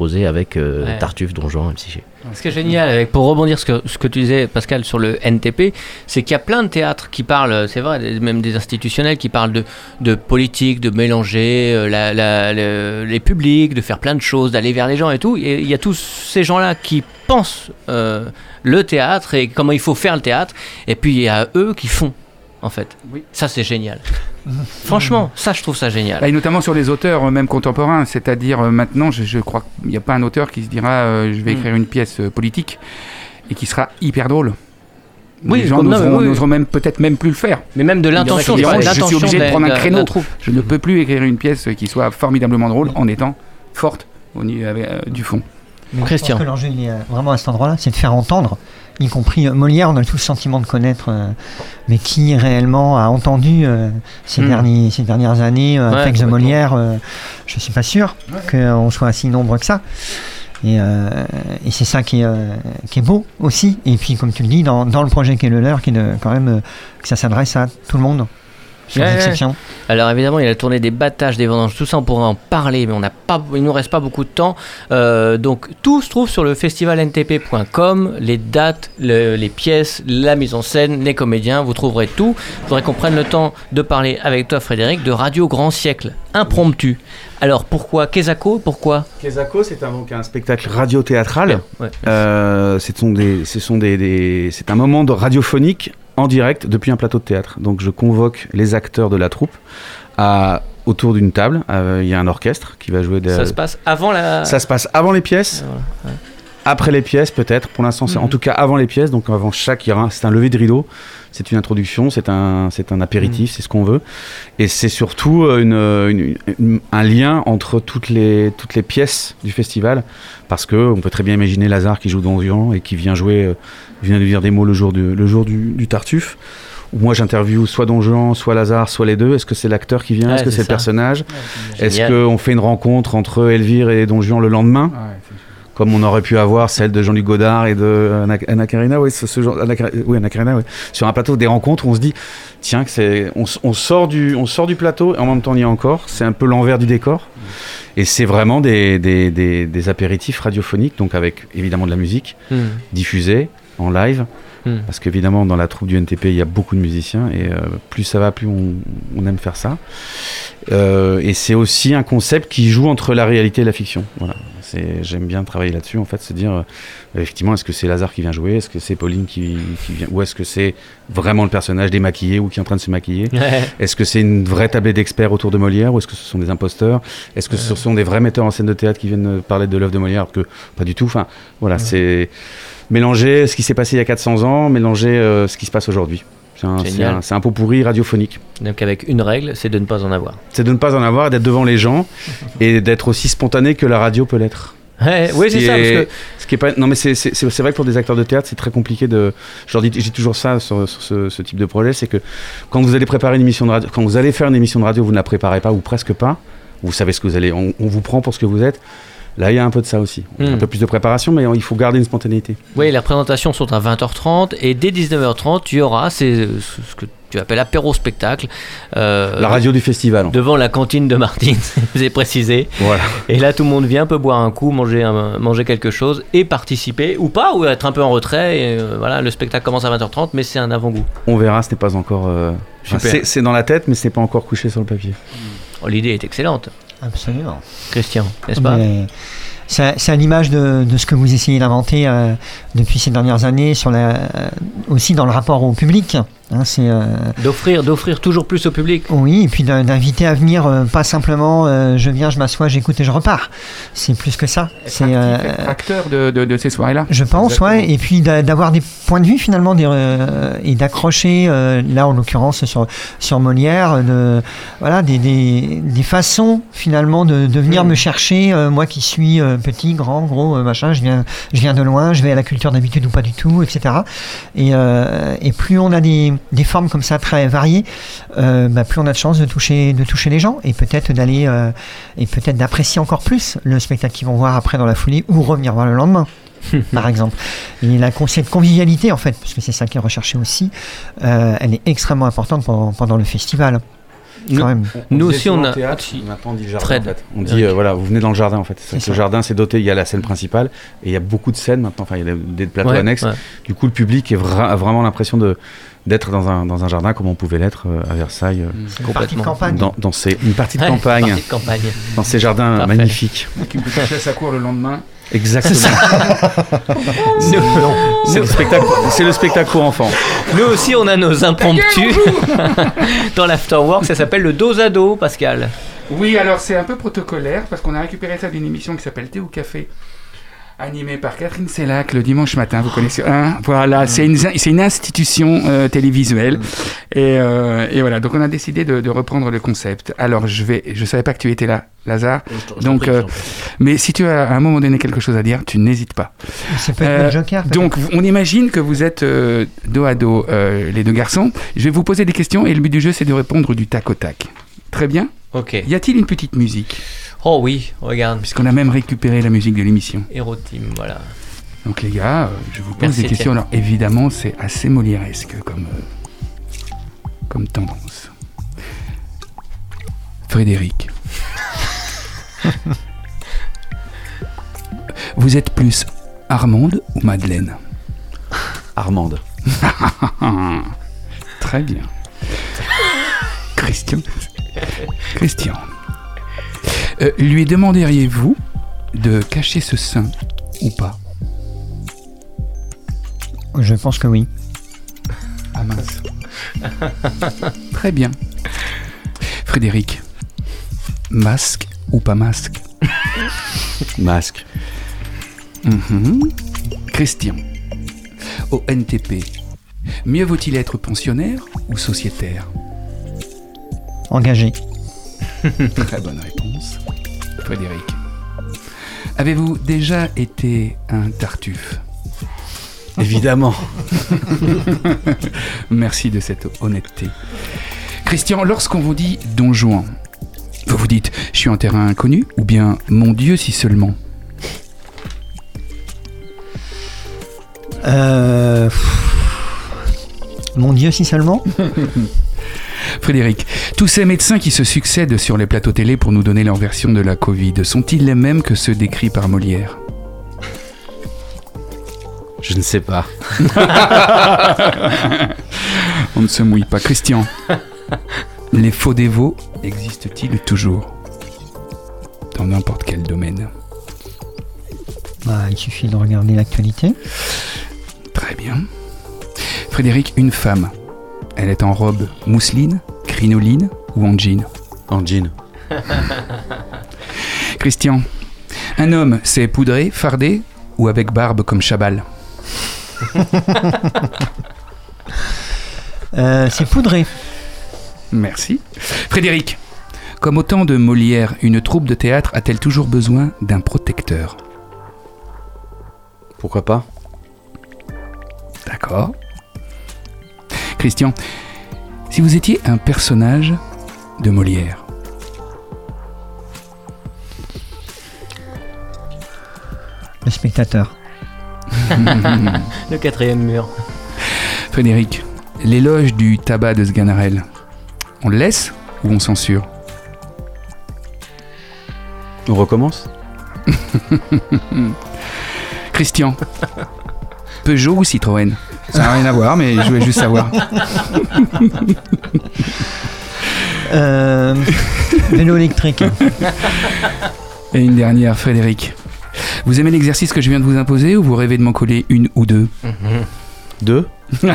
proposé avec euh, Ouais. Tartuffe, Don Juan et Psyché. Ce qui est génial, avec, pour rebondir sur ce que, ce que tu disais, Pascal, sur le N T P, c'est qu'il y a plein de théâtres qui parlent, c'est vrai, des- même des institutionnels qui parlent de, de politique, de mélanger euh, la, la- le- les publics, de faire plein de choses, d'aller vers les gens et tout. Et il y a tous ces gens-là qui pensent euh, le théâtre et comment il faut faire le théâtre, et puis il y a eux qui font, en fait. Oui. Ça, c'est génial. Franchement, ça, je trouve ça génial. Bah, et notamment sur les auteurs, euh, même contemporains, c'est-à-dire euh, maintenant, je, je crois qu'il n'y a pas un auteur qui se dira euh, je vais Mm. écrire une pièce euh, politique et qui sera hyper drôle. Oui, les gens comme- non, n'oseront, mais oui. n'oseront même peut-être même plus le faire. Mais même de l'intention, Il y en a qui diront, je je suis obligé de prendre un créneau. La troupe. Je ne peux plus écrire une pièce qui soit formidablement drôle en étant forte au niveau euh, du fond. Mais Christian. Je pense que l'enjeu, il est euh, vraiment à cet endroit-là, c'est de faire entendre, y compris euh, Molière, on a tout le sentiment de connaître, euh, mais qui réellement a entendu euh, ces, Hmm. derniers, ces dernières années euh, Ouais, un texte de complètement. Molière, euh, je suis pas sûr qu'on soit si nombreux que ça. Et, euh, et c'est ça qui est, euh, qui est beau aussi. Et puis, comme tu le dis, dans, dans le projet qui est le leur, qui est de, quand même euh, que ça s'adresse à tout le monde, sans Ouais, ouais. exception. Alors évidemment, il y a la tournée des battages, des vendanges, tout ça, on pourrait en parler, mais on n'a pas, il nous reste pas beaucoup de temps. Euh, donc tout se trouve sur le festival n t p point com, les dates, le- les pièces, la mise en scène, les comédiens, vous trouverez tout. Il faudrait qu'on prenne le temps de parler avec toi, Frédéric, de Radio Grand Siècle, impromptu. Alors pourquoi Kezako, pourquoi Kezako, c'est un, donc un spectacle radio-théâtral. Ouais. Euh, ce sont des, ce sont des, des- c'est un moment de radiophonique en direct depuis un plateau de théâtre. Donc je convoque les acteurs de la troupe à, autour d'une table. Euh, Il y a un orchestre qui va jouer des. Ça se passe avant la... Ça se passe avant les pièces, Voilà, ouais. après les pièces peut-être. Pour l'instant, c'est Mhm. en tout cas avant les pièces. Donc avant chaque, il y aura un- c'est un lever de rideau, c'est une introduction, c'est un, c'est un apéritif, c'est ce qu'on veut. Et c'est surtout euh, une, une- une- un lien entre toutes les, toutes les pièces du festival, parce que on peut très bien imaginer Lazare qui joue Don Juan et qui vient jouer, euh, vient de dire des mots le jour du, le jour du, du Tartuffe. Où moi j'interviewe soit Don Juan, soit Lazare, soit les deux. Est-ce que c'est l'acteur qui vient? Ouais, Est-ce que c'est c'est le ça. personnage? Est-ce Génial. qu'on fait une rencontre entre Elvire et Don Juan le lendemain? Comme on aurait pu avoir celle de Jean-Luc Godard et de Anna, Anna Karina, oui, ce, ce genre, Anna, Kar- oui, Anna Karina, oui. Sur un plateau, des rencontres où on se dit, tiens, que c'est, on, s- on sort du, on sort du plateau et en même temps on y est encore. C'est un peu l'envers du décor. Et c'est vraiment des, des, des, des apéritifs radiophoniques, donc avec évidemment de la musique Hmm. diffusée en live. Hmm. Parce qu'évidemment, dans la troupe du N T P, il y a beaucoup de musiciens et euh, plus ça va, plus on, on aime faire ça. Euh, et c'est aussi un concept qui joue entre la réalité et la fiction. Voilà. C'est, j'aime bien travailler là-dessus, en fait, se dire, euh, effectivement, est-ce que c'est Lazare qui vient jouer? Est-ce que c'est Pauline qui, qui vient? Ou est-ce que c'est vraiment le personnage démaquillé ou qui est en train de se maquiller? Ouais. Est-ce que c'est une vraie tablée d'experts autour de Molière ou est-ce que ce sont des imposteurs? Est-ce que ce sont des vrais metteurs en scène de théâtre qui viennent parler de l'œuvre de Molière? Que pas du tout. Enfin, voilà, c'est mélanger ce qui s'est passé il y a quatre cents ans, mélanger euh, ce qui se passe aujourd'hui. C'est un, c'est Génial. un, c'est un pot pourri radiophonique. Donc avec une règle, c'est de ne pas en avoir. C'est de ne pas en avoir, d'être devant les gens et d'être aussi spontané que la radio peut l'être. Ouais, oui, Ce c'est qui ça, est- parce que ce qui est pas, non mais c'est, c'est, c'est c'est vrai que pour des acteurs de théâtre c'est très compliqué de. Je leur dis, j'ai toujours ça sur, sur ce, ce type de projet, c'est que quand vous allez préparer une émission de radio, quand vous allez faire une émission de radio, vous ne la préparez pas ou presque pas. Vous savez ce que vous allez, on, on vous prend pour ce que vous êtes. Là, il y a un peu de ça aussi, Mm. un peu plus de préparation, mais il faut garder une spontanéité. oui, les représentations sont à vingt heures trente et dès dix-neuf heures trente, tu auras c'est ce que tu appelles apéro-spectacle. euh, La radio du festival. Devant la cantine de Martine, vous avez précisé. Voilà. Et là, tout le monde vient, peut boire un coup, manger, un- manger quelque chose et participer, ou pas, ou être un peu en retrait. Et, euh, voilà, le spectacle commence à vingt heures trente, mais c'est un avant-goût. On verra, ce n'est pas encore. euh, enfin, Super. c'est, c'est dans la tête, mais ce n'est pas encore couché sur le papier. Oh, l'idée est excellente, Absolument. Christian, n'est-ce pas? Mais c'est c'est à l'image de, de ce que vous essayez d'inventer euh, depuis ces dernières années, sur la, euh, aussi dans le rapport au public. Hein, c'est, euh, D'offrir, d'offrir toujours plus au public. oui, et puis d'in- d'inviter à venir, euh, pas simplement euh, je viens, je m'assois, j'écoute et je repars. C'est plus que ça. C'est, euh, Être acteur de, de, de ces soirées-là. je pense, Exactement. ouais, et puis d'a- d'avoir des points de vue finalement des, euh, et d'accrocher, euh, là en l'occurrence sur, sur Molière, de, voilà, des, des, des façons finalement de, de venir Mm. me chercher, euh, moi qui suis euh, petit, grand, gros, euh, machin, je viens, je viens de loin, je vais à la culture d'habitude ou pas du tout, et cetera. Et, euh, et plus on a des, des formes comme ça très variées, euh, bah, plus on a de chances de toucher, de toucher les gens et peut-être d'aller euh, et peut-être d'apprécier encore plus le spectacle qu'ils vont voir après dans la foulée ou revenir voir le lendemain. Par exemple. Et la, con- cette convivialité, en fait, parce que c'est ça qui est recherché aussi, euh, elle est extrêmement importante pendant, pendant le festival. quand nous, même. On nous disait aussi, on souvent a. théâtre, maintenant on dit jardin. Fred. En fait. On dit, euh, voilà, vous venez dans le jardin en fait. C'est C'est que le ça. jardin, c'est doté. Il y a la scène principale et il y a beaucoup de scènes maintenant. Enfin, il y a des, des plateaux Ouais, annexes. ouais. Du coup, le public est vra- a vraiment l'impression de d'être dans un dans un jardin comme on pouvait l'être euh, à Versailles. euh, C'est une partie de Complètement. campagne. Dans, dans ces, une partie de Ouais, campagne, partie de campagne. dans ces jardins Parfait. magnifiques. Avec une petite chasse à court le lendemain. Exactement. Nous, C'est le spectacle, c'est le spectacle pour enfants. nous aussi, on a nos impromptus dans l'afterwork. Ça s'appelle le dos à dos, Pascal. Oui, alors c'est un peu protocolaire parce qu'on a récupéré ça d'une émission qui s'appelle Thé ou Café, animée par Catherine Sellac le dimanche matin. Vous connaissez hein Voilà, c'est une, c'est une institution euh, télévisuelle. Et, euh, et voilà, donc on a décidé de, de reprendre le concept. Alors je vais, je savais pas que tu étais là, Lazare. Donc, euh, mais si tu as à un moment donné quelque chose à dire, tu n'hésites pas. C'est peut-être Euh, le Joker. peut-être. Donc, on imagine que vous êtes euh, dos à dos, euh, les deux garçons. Je vais vous poser des questions et le but du jeu, c'est de répondre du tac au tac. Très bien. Ok. Y a-t-il une petite musique? Oh oui, regarde. Puisqu'on a même récupéré la musique de l'émission. Hero Team, voilà. Donc, les gars, euh, je vous pose Merci, des questions. Étienne. Alors, évidemment, c'est assez molièresque comme, euh, comme tendance. Frédéric. Vous êtes plus Armande ou Madeleine? Armande. Très bien. Christian. Christian. Euh, lui demanderiez-vous de cacher ce sein ou pas? Je pense que oui. Ah mince. Très bien. Frédéric. Masque ou pas masque? Masque. Mhm. Christian. Au N T P, mieux vaut-il être pensionnaire ou sociétaire? Engagé. Très bonne réponse. Frédéric. Avez-vous déjà été un tartuffe? Évidemment. Merci de cette honnêteté. Christian, lorsqu'on vous dit Don Juan, vous vous dites je suis en terrain inconnu ou bien mon Dieu si seulement? Euh... Mon Dieu, si seulement. Frédéric, tous ces médecins qui se succèdent sur les plateaux télé pour nous donner leur version de la Covid, sont-ils les mêmes que ceux décrits par Molière? Je ne sais pas. On ne se mouille pas. Christian, les faux dévots existent-ils toujours? Dans n'importe quel domaine. Bah, il suffit de regarder l'actualité. Très bien. Frédéric, une femme, elle est en robe mousseline, crinoline ou en jean? En jean. Christian, un homme, c'est poudré, fardé ou avec barbe comme Chabal? euh, C'est poudré. Merci. Frédéric, comme au temps de Molière, une troupe de théâtre a-t-elle toujours besoin d'un protecteur? Pourquoi pas? D'accord. Christian, si vous étiez un personnage de Molière, Le spectateur. Le quatrième mur. Frédéric, l'éloge du tabac de Sganarelle, on le laisse ou on censure? On recommence? Christian, Peugeot ou Citroën? Ça n'a rien à voir, mais je voulais juste savoir. Euh... Vélo électrique. Et une dernière, Frédéric. Vous aimez l'exercice que je viens de vous imposer ou vous rêvez de m'en coller une ou deux? Deux?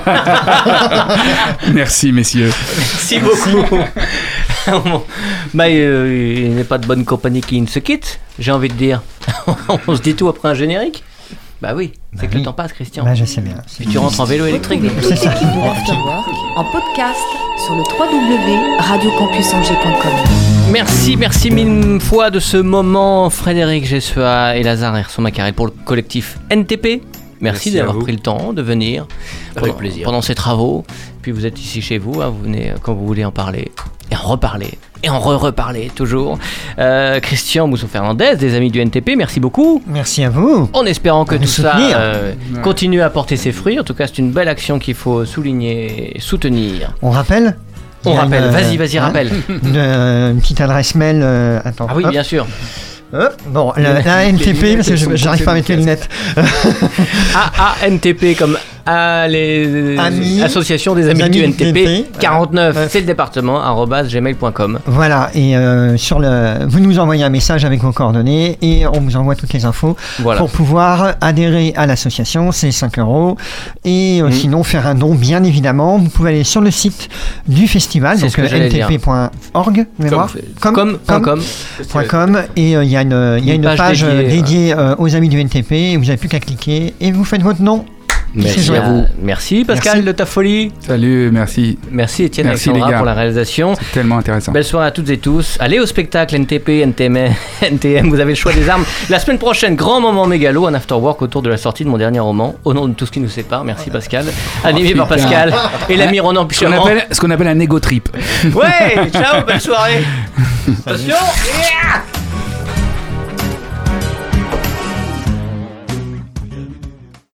Merci, messieurs. Merci beaucoup. Bah, euh, il n'est pas de bonne compagnie qui ne se quitte, j'ai envie de dire. On se dit tout après un générique? Bah oui, c'est Bah que oui. le temps passe, Christian. Bah, je sais bien. Puis tu rentres en vélo électrique. donc. Toute l'équipe de l'Afterwork en podcast sur le w w w point radio campus angers point com. Merci, merci mille fois de ce moment, Frédéric Gessua et Lazare Herson-Macarel pour le collectif N T P. Merci, Merci à d'avoir vous. pris le temps de venir Avec pendant, plaisir. pendant ces travaux. Puis vous êtes ici chez vous, hein, vous venez euh, quand vous voulez en parler et en reparler et en re-reparler toujours. Euh, Christian Mousson-Fernandez, des amis du N T P, merci beaucoup. Merci à vous. En espérant que Pour tout nous ça soutenir. euh, Ouais. continue à porter ses fruits. En tout cas, c'est une belle action qu'il faut souligner et soutenir. On rappelle On rappelle, euh, vas-y, vas-y, hein, rappelle. Une, euh, une petite adresse mail. euh, attends. Ah oui, hop, bien sûr. hop. Bon, la, la N T P, parce que je- j'arrive pas à mettre les lunettes. A A N T P comme A, les Amis, associations des amis, amis du N T P. du N T P, quarante-neuf, ouais. c'est le département, arobase gmail point com. Voilà, et euh, sur le, vous nous envoyez un message avec vos coordonnées et on vous envoie toutes les infos Voilà. pour pouvoir adhérer à l'association, c'est cinq euros. Et euh, Mm. sinon, faire un don, bien évidemment. Vous pouvez aller sur le site du festival, C'est donc ce que euh, j'allais n t p point org, mémoire. Comme, comme, comme, comme. point com, et euh, il y a une, il y a Une une page page, euh, dédiée, dédiée euh, aux amis du N T P et vous n'avez plus qu'à cliquer et vous faites votre nom. Merci C'est à joué. vous. Merci Pascal Merci. de ta folie. Salut, merci. Merci Étienne Merci, Alexandra les gars. pour la réalisation. C'est tellement intéressant. Belle soirée à toutes et tous. Allez au spectacle N T P, N T M, N T M, vous avez le choix des armes. La semaine prochaine, grand moment mégalo, un afterwork autour de la sortie de mon dernier roman, Au nom de tout ce qui nous sépare. Merci Pascal. Animé par putain. Pascal et l'ami Ronan Ce qu'on Pichon. appelle, ce qu'on appelle un égo trip. Ouais, ciao, belle soirée. Attention. Yeah.